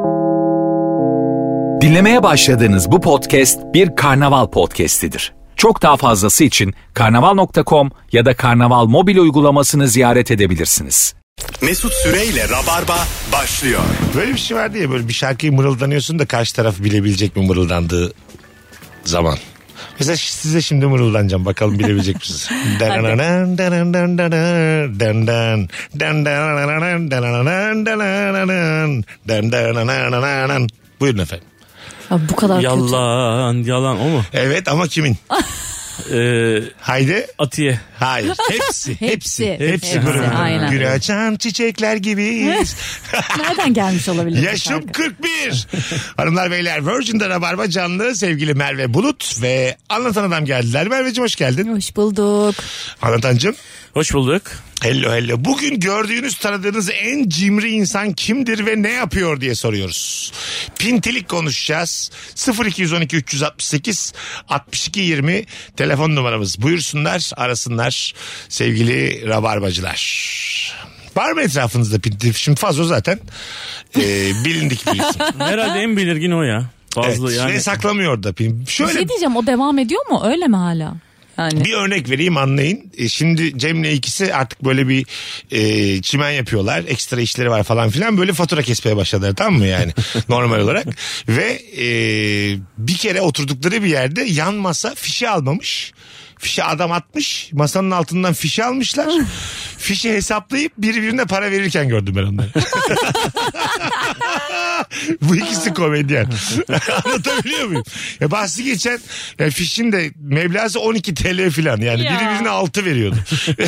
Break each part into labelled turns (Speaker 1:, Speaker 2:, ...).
Speaker 1: Dinlemeye başladığınız bu podcast bir karnaval podcastidir. Çok daha fazlası için karnaval.com ya da karnaval mobil uygulamasını ziyaret edebilirsiniz.
Speaker 2: Mesut Süreyle Rabarba başlıyor.
Speaker 3: Böyle bir şey vardı ya, böyle bir şarkıyı mırıldanıyorsun da karşı taraf bilebilecek mi mırıldandığı zaman. Mesela size şimdi mırıldanacağım, bakalım bilebilecek misiniz? Buyurun efendim.
Speaker 4: Ya bu kadar
Speaker 5: Yalan o mu?
Speaker 3: Evet ama kimin? Haydi.
Speaker 5: Atiye.
Speaker 3: Hayır. Hepsi.
Speaker 4: Hepsi
Speaker 3: grubunun.
Speaker 4: aynen.
Speaker 3: Gül açan çiçekler gibiyiz.
Speaker 4: Nereden gelmiş olabilir?
Speaker 3: Yaşım 41. Hanımlar beyler, Virgin'de Rabarba canlı, sevgili Merve Bulut ve Anlatan Adam geldiler. Merveciğim hoş geldin.
Speaker 4: Hoş bulduk.
Speaker 3: Anlatancığım.
Speaker 5: Hoş bulduk.
Speaker 3: Hello. Bugün gördüğünüz, tanıdığınız en cimri insan kimdir ve ne yapıyor diye soruyoruz. Pintilik konuşacağız. 0212 368 62 20 telefon numaramız. Buyursunlar, arasınlar sevgili rabarbacılar. Var mı etrafınızda pintilik? Şimdi fazla zaten bilindik bir isim.
Speaker 5: Herhalde en belirgin o ya. Fazla
Speaker 3: Evet,
Speaker 5: yani.
Speaker 3: Saklamayıyor da.
Speaker 4: Bir
Speaker 3: Şöyle
Speaker 4: şey diyeceğim, o devam ediyor mu? Öyle mi hala? Yani.
Speaker 3: bir örnek vereyim, anlayın. Şimdi Cem'le ikisi artık böyle bir çimen yapıyorlar. Ekstra işleri var falan filan. Böyle fatura kesmeye başladılar, tamam mı yani? Normal olarak. Ve bir kere oturdukları bir yerde yan masa fişi almamış. Fişi adam atmış. Masanın altından fişi almışlar. Fişi hesaplayıp birbirine para verirken gördüm ben onları. Bu ikisi komedyen. Anlatabiliyor muyum? Ya bahsi geçen fişin de meblası 12 TL falan. Yani
Speaker 4: Ya.
Speaker 3: birbirine 6 veriyordu.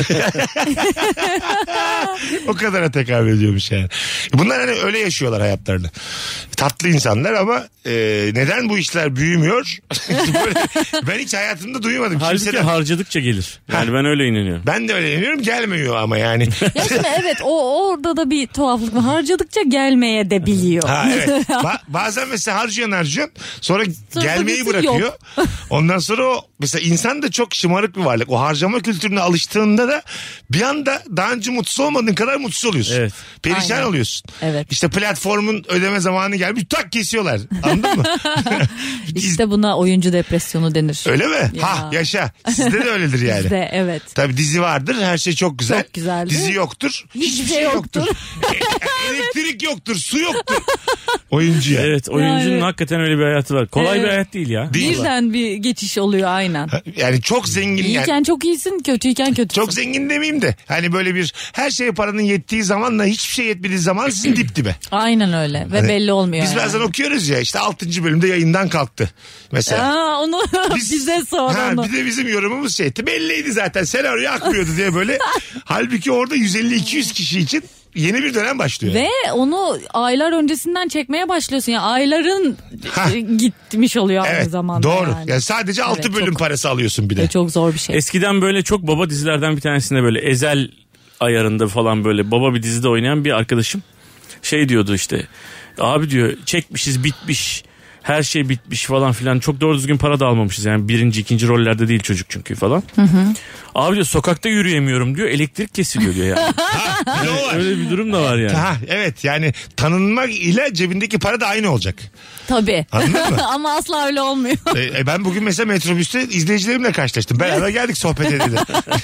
Speaker 3: O kadara tekabül ediyormuş yani. Bunlar hani öyle yaşıyorlar hayatlarını. Tatlı insanlar ama neden bu işler büyümüyor? Böyle, ben hiç hayatımda duymadım.
Speaker 5: Halbuki
Speaker 3: Kimseden.
Speaker 5: harcadıkça gelir. Yani ben öyle inanıyorum.
Speaker 3: Ben de öyle inanıyorum, gelmiyor ama yani.
Speaker 4: Ya şimdi evet, orada da bir tuhaflık var. Harcadıkça gelmeye de biliyor.
Speaker 3: Ha evet. Bazen mesela harcıyorsun sonra gelmeyi
Speaker 4: bakıyorsun
Speaker 3: bırakıyor.
Speaker 4: yok.
Speaker 3: Ondan sonra o mesela insan da çok şımarık bir varlık. O harcama kültürüne alıştığında da bir anda daha önce mutsuz olmadığın kadar mutsuz oluyorsun.
Speaker 5: Evet.
Speaker 3: Perişan
Speaker 4: Aynen.
Speaker 3: oluyorsun.
Speaker 4: Evet.
Speaker 3: İşte platformun ödeme zamanı gelmiş, tak kesiyorlar. Anladın mı?
Speaker 4: İşte buna oyuncu depresyonu denir.
Speaker 3: Öyle mi?
Speaker 4: Ya.
Speaker 3: Ha yaşa. Sizde de öyledir yani.
Speaker 4: Bizde evet.
Speaker 3: Tabii dizi vardır, her şey çok güzel.
Speaker 4: Çok güzeldir.
Speaker 3: Dizi yoktur.
Speaker 4: Hiçbir şey yoktur.
Speaker 3: Elektrik yoktur, su yoktur. Oyuncu ya.
Speaker 5: Evet, oyuncunun
Speaker 4: Yani.
Speaker 5: hakikaten öyle bir hayatı var. Kolay bir
Speaker 4: Evet.
Speaker 5: hayat değil ya.
Speaker 3: Değil.
Speaker 4: Birden bir geçiş oluyor aynen.
Speaker 3: Yani çok zengin yani.
Speaker 4: İyiyken çok iyisin, kötüyken kötüsün.
Speaker 3: Çok zengin demeyeyim de hani böyle bir her şeye paranın yettiği zamanla hiçbir şey yetmediği zaman sizin dip dibe.
Speaker 4: Aynen öyle ve
Speaker 3: Hani
Speaker 4: belli olmuyor.
Speaker 3: Biz
Speaker 4: yani.
Speaker 3: bazen okuyoruz ya, işte 6. bölümde yayından kalktı mesela.
Speaker 4: Aa, onu bize sor onu.
Speaker 3: Bir de bizim yorumumuz şeydi, belliydi zaten, senaryo akmıyordu diye böyle. Halbuki orada 150-200 kişi için yeni bir dönem başlıyor.
Speaker 4: Ve onu aylar öncesinden çekmeye başlıyorsun. Yani ayların gitmiş oluyor aynı
Speaker 3: Evet,
Speaker 4: zamanda.
Speaker 3: doğru.
Speaker 4: Yani.
Speaker 3: Yani sadece 6
Speaker 4: Evet,
Speaker 3: bölüm
Speaker 4: çok.
Speaker 3: parası alıyorsun bir de.
Speaker 4: Çok zor bir şey.
Speaker 5: Eskiden böyle çok baba dizilerden bir tanesinde böyle Ezel ayarında falan böyle baba bir dizide oynayan bir arkadaşım şey diyordu işte. Abi diyor, çekmişiz bitmiş. Her şey bitmiş falan filan. Çok doğru düzgün para da almamışız. Yani birinci, ikinci rollerde değil çocuk çünkü falan. Abi diyor, sokakta yürüyemiyorum diyor. Elektrik kesiliyor diyor yani.
Speaker 3: Ne o var?
Speaker 5: Öyle bir durum da var yani.
Speaker 3: Ha, evet yani tanınmak ile cebindeki para da aynı olacak.
Speaker 4: Tabii.
Speaker 3: Anladın mı?
Speaker 4: Ama asla öyle olmuyor.
Speaker 3: Ben bugün mesela metrobüste izleyicilerimle karşılaştım. Beraber geldik sohbet edelim.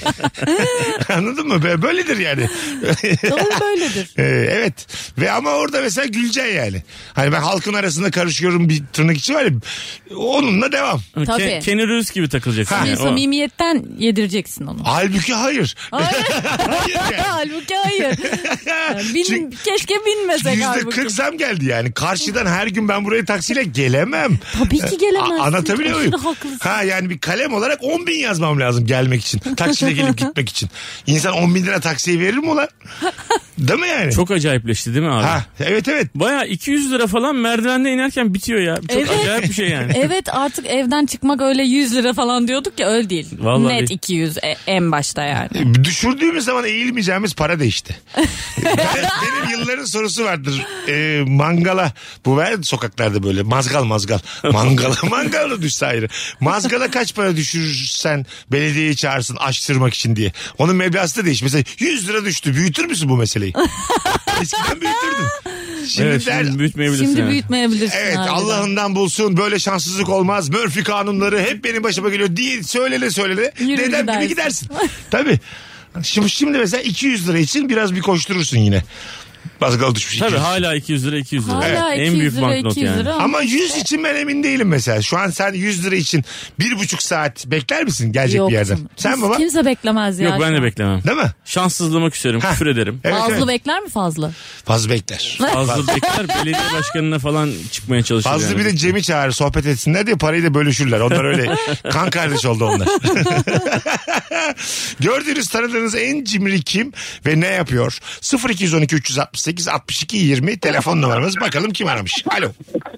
Speaker 3: Anladın mı? Böyledir yani.
Speaker 4: Doğru böyledir.
Speaker 3: Evet. Ve ama orada mesela güleceksin yani. Hani ben halkın arasında karışıyorum bir tırnak içi var ya. Onunla devam.
Speaker 4: Tabii.
Speaker 5: Kenny Reeves gibi takılacaksın.
Speaker 3: Ha.
Speaker 5: Yani. O-
Speaker 4: Samimiyetten yedireceksin onu.
Speaker 3: Halbuki hayır.
Speaker 4: Hayır.
Speaker 3: Hayır yani.
Speaker 4: Halbuki hayır.
Speaker 3: Çünkü
Speaker 4: Keşke binmesek halbuki.
Speaker 3: %40 zam geldi yani. Karşıdan her gün ben buraya taksiyle gelemem.
Speaker 4: Tabii ki gelemezsin.
Speaker 3: Anlatabiliyor muyum?
Speaker 4: Aşırı haklısın.
Speaker 3: Ha yani bir kalem olarak 10.000 yazmam lazım gelmek için. Taksiyle gelip gitmek için. İnsan 10.000 lira taksiye verir mi ulan? Değil mi yani?
Speaker 5: Çok acayipleşti değil mi abi?
Speaker 3: Ha, evet.
Speaker 5: Baya 200 lira falan merdivende inerken bitiyor ya. Çok
Speaker 4: Evet.
Speaker 5: acayip bir şey yani.
Speaker 4: Evet, artık evden çıkmak öyle 100 lira falan diyorduk ya, öyle değil.
Speaker 5: Vallahi
Speaker 4: Net
Speaker 5: değil.
Speaker 4: 200 en başta yani.
Speaker 3: Düşürdüğümüz zaman eğilmeyeceğimiz para değişti. Benim yılların sorusu vardır. Mangala. Bu var sokaklarda böyle. Mazgal. Mangala da düşse ayrı. Mazgala kaç para düşürsen belediyeyi çağırsın açtırmak için diye. Onun meblası da değiş. Mesela 100 lira düştü. Büyütür müsün bu meseleyi? Eskiden büyütürdün. Şimdi
Speaker 5: Evet,
Speaker 3: der,
Speaker 5: şimdi büyütmeyebilirsin.
Speaker 4: Şimdi
Speaker 5: yani.
Speaker 4: büyütmeyebilirsin.
Speaker 3: evet
Speaker 4: harbiden.
Speaker 3: Allah'ından bulsun böyle şanssızlık olmaz. Murphy kanunları hep benim başıma geliyor değil. Söylele.
Speaker 4: Yürü
Speaker 3: Dedem gibi
Speaker 4: gidersin.
Speaker 3: gidersin. Tabii. Şimdi mesela 200 lira için biraz bir koşturursun yine. Baskılı düşmüş.
Speaker 5: Tabii
Speaker 3: 200.
Speaker 5: hala 200 lira 200 lira.
Speaker 4: Hala
Speaker 5: En
Speaker 4: 200
Speaker 5: büyük
Speaker 4: lira,
Speaker 5: banknot
Speaker 4: 200
Speaker 5: yani.
Speaker 4: lira.
Speaker 3: Ama 100 için ben emin değilim mesela. Şu an sen 100 lira için 1,5 saat bekler misin gelecek
Speaker 4: Yok
Speaker 3: bir yerden?
Speaker 4: canım.
Speaker 3: Sen baba
Speaker 4: Kimse beklemez ya.
Speaker 5: Yok ben
Speaker 4: şu
Speaker 5: de
Speaker 4: an.
Speaker 5: beklemem.
Speaker 3: değil mi?
Speaker 5: Şanssızlığıma küserim, küfür ederim.
Speaker 3: Evet,
Speaker 4: Fazla
Speaker 3: evet.
Speaker 4: bekler mi fazla?
Speaker 3: Fazla bekler.
Speaker 5: Fazla bekler, belediye başkanına falan çıkmaya çalışır.
Speaker 3: Fazla
Speaker 5: yani.
Speaker 3: bir de Cem'i çağırır sohbet etsinler diye parayı da bölüşürler. Onlar öyle kan kardeş oldu onlar. Gördüğünüz tanıdığınız en cimri kim ve ne yapıyor? 0212 368 62 20 telefon numaramız. Bakalım kim aramış. Alo.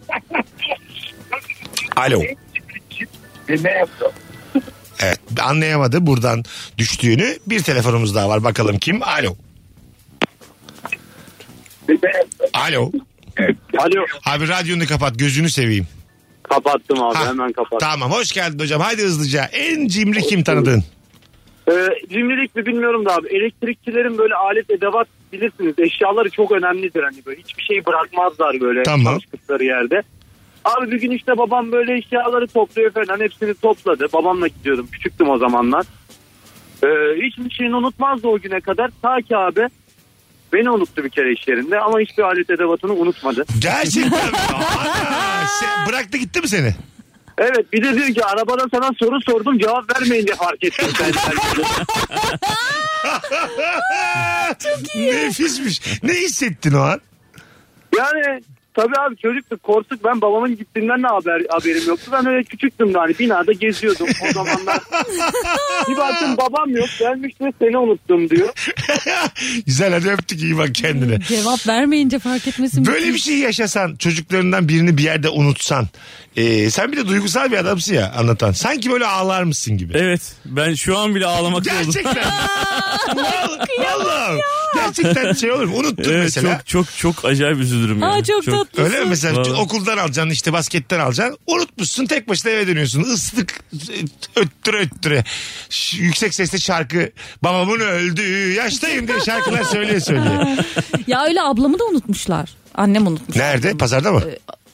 Speaker 3: Alo. Evet anlayamadı buradan düştüğünü. Bir telefonumuz daha var bakalım kim. Alo. Alo.
Speaker 6: Alo.
Speaker 3: Abi radyonu kapat gözünü seveyim.
Speaker 6: Kapattım abi,
Speaker 3: Ha,
Speaker 6: hemen kapattım.
Speaker 3: Tamam hoş geldin hocam. Haydi hızlıca. En cimri kim tanıdığın?
Speaker 6: Cimrilik mi bilmiyorum da abi, elektrikçilerin böyle alet edevat bilirsiniz, eşyaları çok önemlidir, hani böyle hiçbir şeyi bırakmazlar böyle
Speaker 3: Tamam.
Speaker 6: çalıştıkları yerde. Abi bir gün işte babam böyle eşyaları topluyor falan, hepsini topladı. Babamla gidiyordum, küçüktüm o zamanlar. Hiçbir şeyini unutmazdı o güne kadar. Ta ki abi beni unuttu bir kere iş yerinde ama hiçbir alet edevatını unutmadı.
Speaker 3: Gerçekten mi? Ana, bıraktı gitti mi seni?
Speaker 6: Evet, bir de diyor ki arabada sana soru sordum, cevap vermeyince fark ettim.
Speaker 3: Çok iyi. Nefismiş. Ne hissettin o an?
Speaker 6: Yani tabii abi çocuktuk, korktuk. Ben babamın gittiğinden de haberim yoktu. Ben öyle küçüktüm de hani binada geziyordum o zamanlar. Bir baktım babam yok, gelmiş de seni unuttum diyor.
Speaker 3: Güzel hadi öptük iyi bak kendine.
Speaker 4: Cevap vermeyince fark etmesin.
Speaker 3: Böyle bir şey yaşasan çocuklarından birini bir yerde unutsan sen bir de duygusal bir adamsın ya anlatan. Sanki böyle ağlar mısın gibi.
Speaker 5: Evet, ben şu an bile ağlamakta oldum.
Speaker 3: Gerçekten. Vallahi. Gerçekten şey olur mu? Unuttun
Speaker 5: Evet,
Speaker 3: mesela.
Speaker 5: çok acayip üzülürüm yani.
Speaker 4: Çok tatlısın.
Speaker 3: Öyle mi? Mesela
Speaker 5: Vallahi.
Speaker 3: okuldan alacaksın işte basketten alacaksın. Unutmuşsun tek başına eve dönüyorsun. Islık öttüre. Yüksek sesle şarkı. Babamın öldüğü yaştayım diye şarkılar söyleye.
Speaker 4: Ya öyle ablamı da unutmuşlar. Annem unutmuş.
Speaker 3: Nerede? Pazarda mı?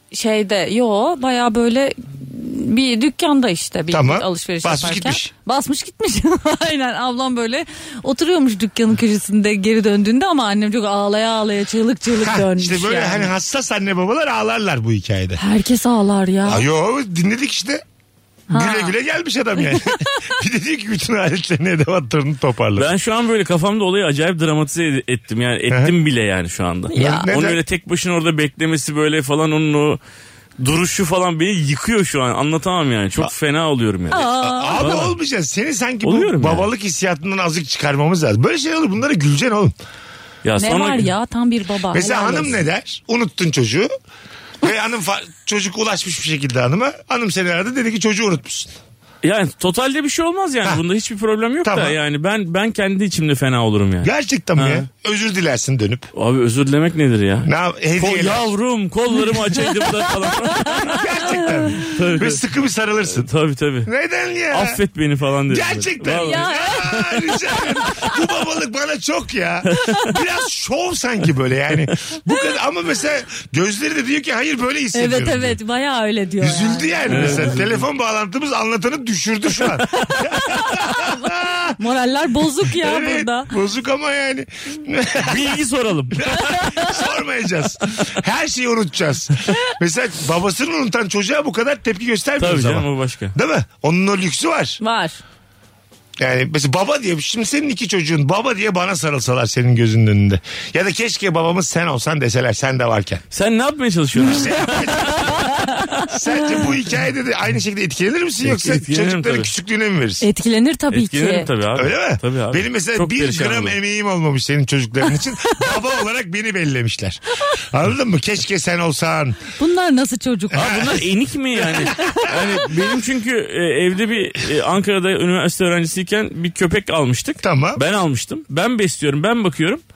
Speaker 4: Baya böyle bir dükkanda işte bir
Speaker 3: Tamam.
Speaker 4: alışveriş
Speaker 3: Basmış
Speaker 4: yaparken.
Speaker 3: gitmiş.
Speaker 4: Basmış gitmiş. Aynen, ablam böyle oturuyormuş dükkanın köşesinde geri döndüğünde ama annem çok ağlaya çığlık dönmüş.
Speaker 3: İşte böyle
Speaker 4: yani.
Speaker 3: hani hassas anne babalar ağlarlar bu hikayede.
Speaker 4: Herkes ağlar ya.
Speaker 3: Yo dinledik işte. Güle güle gelmiş adam yani. Bir de diyor ki bütün aletlerini edevatlarını toparlar.
Speaker 5: Ben şu an böyle kafamda olayı acayip dramatize ettim. Yani ettim bile yani şu anda.
Speaker 4: Ya.
Speaker 3: Neden?
Speaker 5: Onun öyle tek başına orada beklemesi böyle falan, onun o duruşu falan beni yıkıyor şu an. Anlatamam yani. Çok fena oluyorum yani.
Speaker 3: Abi
Speaker 5: Vallahi.
Speaker 3: olmayacağız. Seni sanki bu
Speaker 5: Oluyorum yani.
Speaker 3: babalık hissiyatından azıcık çıkarmamız lazım. Böyle şey olur bunlara güleceksin oğlum.
Speaker 5: Ya
Speaker 4: Ne var ya, tam bir baba.
Speaker 3: Mesela
Speaker 4: helal
Speaker 3: hanım
Speaker 4: olsun.
Speaker 3: ne der? Unuttun çocuğu. Ve çocuk ulaşmış bir şekilde hanıma. Hanım seni aradı dedi ki çocuğu unutmuşsun.
Speaker 5: Yani totalde bir şey olmaz yani.
Speaker 3: Ha.
Speaker 5: Bunda hiçbir problem yok
Speaker 3: Tamam.
Speaker 5: da yani ben kendi içimde fena olurum yani.
Speaker 3: Gerçekten mi
Speaker 5: Ha.
Speaker 3: ya? Özür dilersin dönüp.
Speaker 5: Abi özür dilemek nedir ya?
Speaker 3: Hediyeler.
Speaker 5: Yavrum kollarımı açaydım da falan.
Speaker 3: Gerçekten mi? Ve sıkı bir sarılırsın.
Speaker 5: Tabii.
Speaker 3: Neden ya?
Speaker 5: Affet beni falan dedim.
Speaker 3: Gerçekten.
Speaker 5: Vallahi.
Speaker 3: Ya, rica ederim. Bu babalık bana çok ya. Biraz şov sanki böyle yani. Bu kadar ama mesela gözleri de diyor ki hayır böyle hissediyorum.
Speaker 4: Evet bayağı öyle diyor.
Speaker 3: Üzüldü yani mesela. Telefon bağlantımız anlatanı düşürdü şu an.
Speaker 4: Moraller bozuk ya
Speaker 3: Evet,
Speaker 4: burada.
Speaker 3: bozuk ama yani.
Speaker 5: Bilgi soralım.
Speaker 3: Sormayacağız. Her şeyi unutacağız. Mesela babasını unutan çocuğa bu kadar tepki göstermiyoruz
Speaker 5: Tabii canım,
Speaker 3: ama.
Speaker 5: o başka.
Speaker 3: Değil mi? Onun o lüksü var.
Speaker 4: Var.
Speaker 3: Yani mesela baba diye şimdi senin iki çocuğun baba diye bana sarılsalar senin gözünün önünde. Ya da keşke babamız sen olsan deseler sen de varken.
Speaker 5: Sen ne yapmaya çalışıyorsun?
Speaker 3: Sence bu hikayede de aynı şekilde etkilenir misin yoksa
Speaker 5: Etkilenirim
Speaker 3: çocukların
Speaker 5: tabii.
Speaker 3: küçüklüğüne mi verirsin?
Speaker 4: Etkilenir tabii
Speaker 5: Etkilenirim
Speaker 4: ki.
Speaker 5: tabii abi.
Speaker 3: Öyle mi?
Speaker 5: Tabii abi.
Speaker 3: Benim mesela
Speaker 5: Çok
Speaker 3: bir
Speaker 5: perişan
Speaker 3: gram
Speaker 5: olurum.
Speaker 3: emeğim olmamış senin çocukların için. Baba olarak beni bellemişler. Anladın mı? Keşke sen olsan.
Speaker 4: Bunlar nasıl çocuk?
Speaker 5: Abi bunlar enik mi yani? Yani benim çünkü evde bir Ankara'da üniversite öğrencisiyken bir köpek almıştık.
Speaker 3: Tamam.
Speaker 5: Ben almıştım. Ben besliyorum, ben bakıyorum.